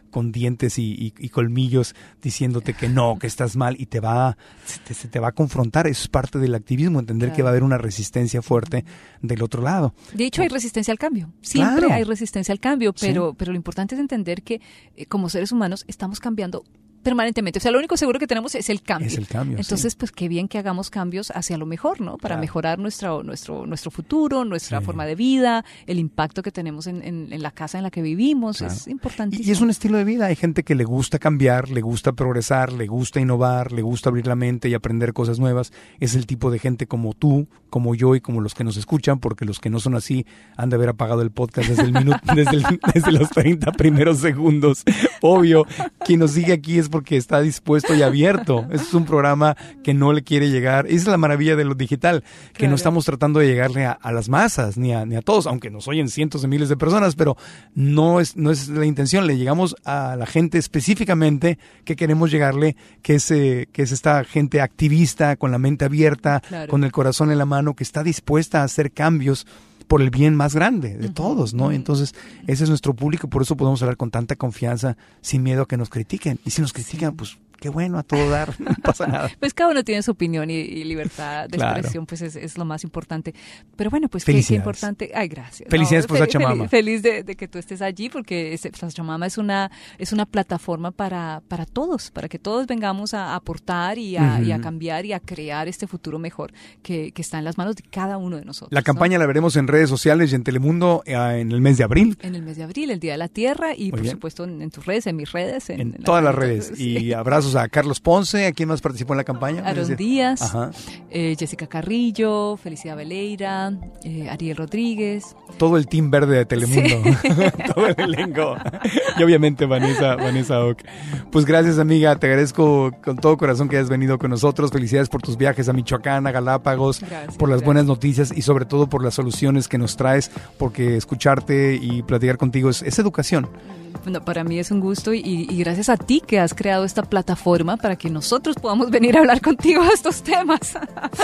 con dientes y, y, y colmillos diciéndote que no, que estás mal, y te va, se te, se te va a confrontar. Eso es parte del activismo, entender claro. que va a haber una resistencia fuerte del otro lado. De hecho, hay resistencia al cambio. Siempre claro. hay resistencia al cambio, pero, sí. pero lo importante es entender que eh, como seres humanos estamos cambiando permanentemente. O sea, lo único seguro que tenemos es el cambio. Es el cambio, Entonces, sí. pues qué bien que hagamos cambios hacia lo mejor, ¿no? Para claro. mejorar nuestro, nuestro, nuestro futuro, nuestra sí. forma de vida, el impacto que tenemos en, en, en la casa en la que vivimos. Claro. Es importantísimo. Y es un estilo de vida. Hay gente que le gusta cambiar, le gusta progresar, le gusta innovar, le gusta abrir la mente y aprender cosas nuevas. Es el tipo de gente como tú, como yo y como los que nos escuchan, porque los que no son así han de haber apagado el podcast desde el minuto, desde, el, desde los treinta primeros segundos. Obvio, quien nos sigue aquí es porque está dispuesto y abierto. Este es un programa que no le quiere llegar. Esa es la maravilla de lo digital, que claro. no estamos tratando de llegarle a, a las masas ni a, ni a todos, aunque nos oyen cientos de miles de personas, pero no es, no es la intención. Le llegamos a la gente específicamente que queremos llegarle, que es, eh, que es esta gente activista, con la mente abierta, claro. con el corazón en la mano, que está dispuesta a hacer cambios por el bien más grande de uh-huh, todos, ¿no? Uh-huh. Entonces, ese es nuestro público, por eso podemos hablar con tanta confianza, sin miedo a que nos critiquen. Y si nos critican, sí. pues qué bueno, a todo dar, no pasa nada. Pues cada uno tiene su opinión y, y libertad de claro. expresión, pues es, es lo más importante. Pero bueno, pues qué, qué importante. Ay, gracias. Felicidades no, por fel, Sachamama. Feliz, feliz de, de que tú estés allí, porque Sachamama es una, es una plataforma para, para todos, para que todos vengamos a aportar y a, uh-huh. y a cambiar y a crear este futuro mejor que, que está en las manos de cada uno de nosotros. La campaña, ¿no? La veremos en redes sociales y en Telemundo eh, en el mes de abril. En el mes de abril, el Día de la Tierra, y Muy por bien. supuesto en, en tus redes, en mis redes. En, en, en todas la las redes. Sí. Y abrazos a Carlos Ponce. ¿A quién más participó en la campaña? Aaron Díaz, eh, Jessica Carrillo, Felicidad Veleira, eh, Ariel Rodríguez. Todo el team verde de Telemundo. Sí. Todo el elenco. Y obviamente Vanessa, Vanessa Ock. Pues gracias, amiga. Te agradezco con todo corazón que hayas venido con nosotros. Felicidades por tus viajes a Michoacán, a Galápagos, gracias, por las gracias. buenas noticias y sobre todo por las soluciones que nos traes, porque escucharte y platicar contigo es, es educación. Bueno, para mí es un gusto y, y gracias a ti que has creado esta plataforma para que nosotros podamos venir a hablar contigo de estos temas.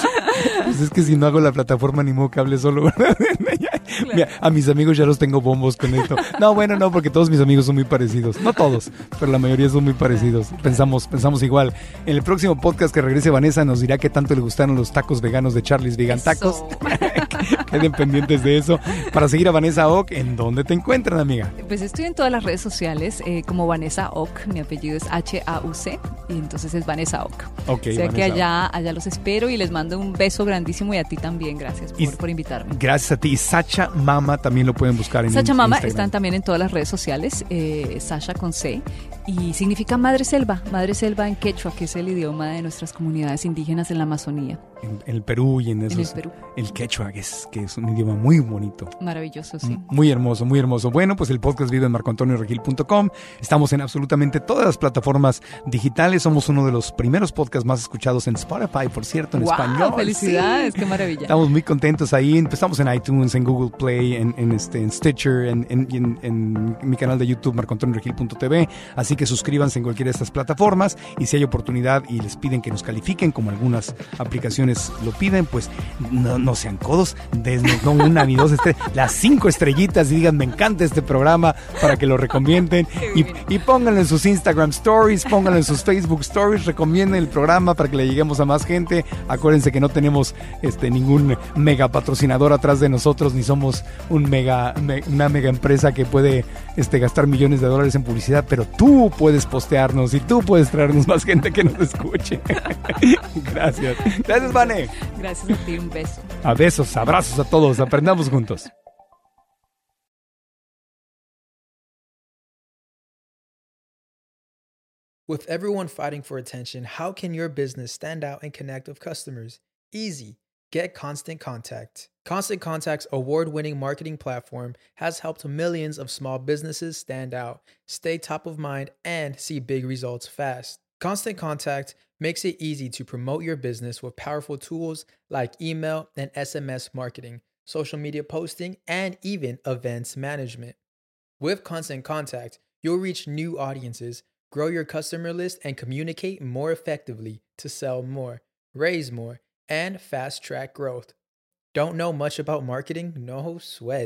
Pues es que si no hago la plataforma ni modo que hable solo. Claro. Mira, a mis amigos ya los tengo bombos con esto. No, bueno, no, porque todos mis amigos son muy parecidos. No todos, pero la mayoría son muy parecidos. Pensamos, pensamos igual. En el próximo podcast que regrese Vanessa nos dirá qué tanto le gustaron los tacos veganos de Charlie's Vegan eso. Tacos. Queden pendientes de eso. Para seguir a Vanessa Ock, ¿en dónde te encuentran, amiga? Pues estoy en todas las redes sociales eh, como Vanessa Ock. Mi apellido es H A U C y entonces es Vanessa Ock. Ok, o sea Vanessa que allá, allá los espero y les mando un beso grandísimo y a ti también. Gracias por, y, por invitarme. Gracias a ti. Y Sachamama también lo pueden buscar en Sachamama Instagram. Están también en todas las redes sociales. Eh, Sasha con C. Y significa madre selva. Madre selva en quechua, que es el idioma de nuestras comunidades indígenas en la Amazonía. En, en el Perú y en esos. En el Perú. El quechua, que es, que es un idioma muy bonito. Maravilloso, sí. Muy hermoso, muy hermoso. Bueno, pues el podcast vive en marco antonio regil punto com. Estamos en absolutamente todas las plataformas digitales. Somos uno de los primeros podcasts más escuchados en Spotify, por cierto, en wow, español. ¡Felicidades! Sí. ¡Qué maravilla! Estamos muy contentos ahí. Empezamos en iTunes, en Google Play, en, en, este, en Stitcher, en, en, en, en mi canal de YouTube, marco antonio regil punto t v. Así que suscríbanse en cualquiera de estas plataformas y si hay oportunidad y les piden que nos califiquen, como algunas aplicaciones lo piden, pues no, no sean codos, desde no una ni dos estrellas, las cinco estrellitas y digan me encanta este programa para que lo recomienden y, y pónganlo en sus Instagram Stories, pónganlo en sus Facebook Stories, recomienden el programa para que le lleguemos a más gente. Acuérdense que no tenemos este ningún mega patrocinador atrás de nosotros, ni somos un mega, me, una mega empresa que puede este, gastar millones de dólares en publicidad, pero tú puedes postearnos y tú puedes traernos más gente que nos escuche. Gracias. Gracias, Vane. Gracias a ti, un beso. A besos, abrazos a todos, aprendamos juntos. With everyone fighting for attention, how can your business stand out and connect with customers? Easy. Get Constant Contact. Constant Contact's award-winning marketing platform has helped millions of small businesses stand out, stay top of mind, and see big results fast. Constant Contact makes it easy to promote your business with powerful tools like email and S M S marketing, social media posting, and even events management. With Constant Contact, you'll reach new audiences, grow your customer list, and communicate more effectively to sell more, raise more, and fast-track growth. Don't know much about marketing? No sweat.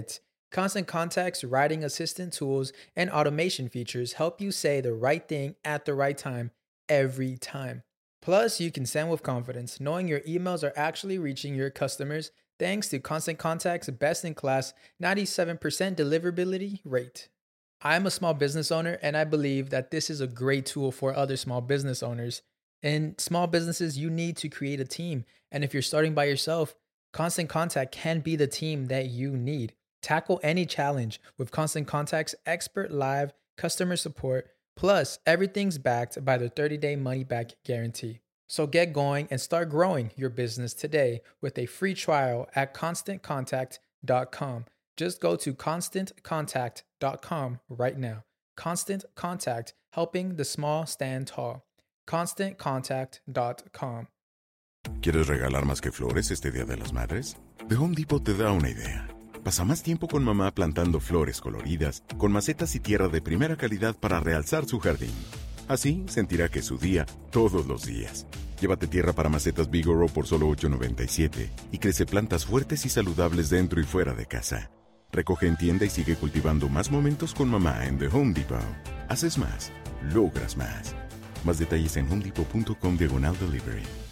Constant Contact's writing assistant tools and automation features help you say the right thing at the right time every time. Plus, you can send with confidence, knowing your emails are actually reaching your customers thanks to Constant Contact's best-in-class ninety-seven percent deliverability rate. I'm a small business owner, and I believe that this is a great tool for other small business owners. In small businesses, you need to create a team, and if you're starting by yourself, Constant Contact can be the team that you need. Tackle any challenge with Constant Contact's expert live customer support, plus everything's backed by the thirty-day money-back guarantee. So get going and start growing your business today with a free trial at constant contact dot com. Just go to constant contact dot com right now. Constant Contact, helping the small stand tall. constant contact dot com. ¿Quieres regalar más que flores este Día de las Madres? The Home Depot te da una idea. Pasa más tiempo con mamá plantando flores coloridas, con macetas y tierra de primera calidad para realzar su jardín. Así sentirá que es su día todos los días. Llévate tierra para macetas Bigoro por solo ocho noventa y siete y crece plantas fuertes y saludables dentro y fuera de casa. Recoge en tienda y sigue cultivando más momentos con mamá en The Home Depot. Haces más, logras más. Más detalles en homedepot punto com diagonal delivery.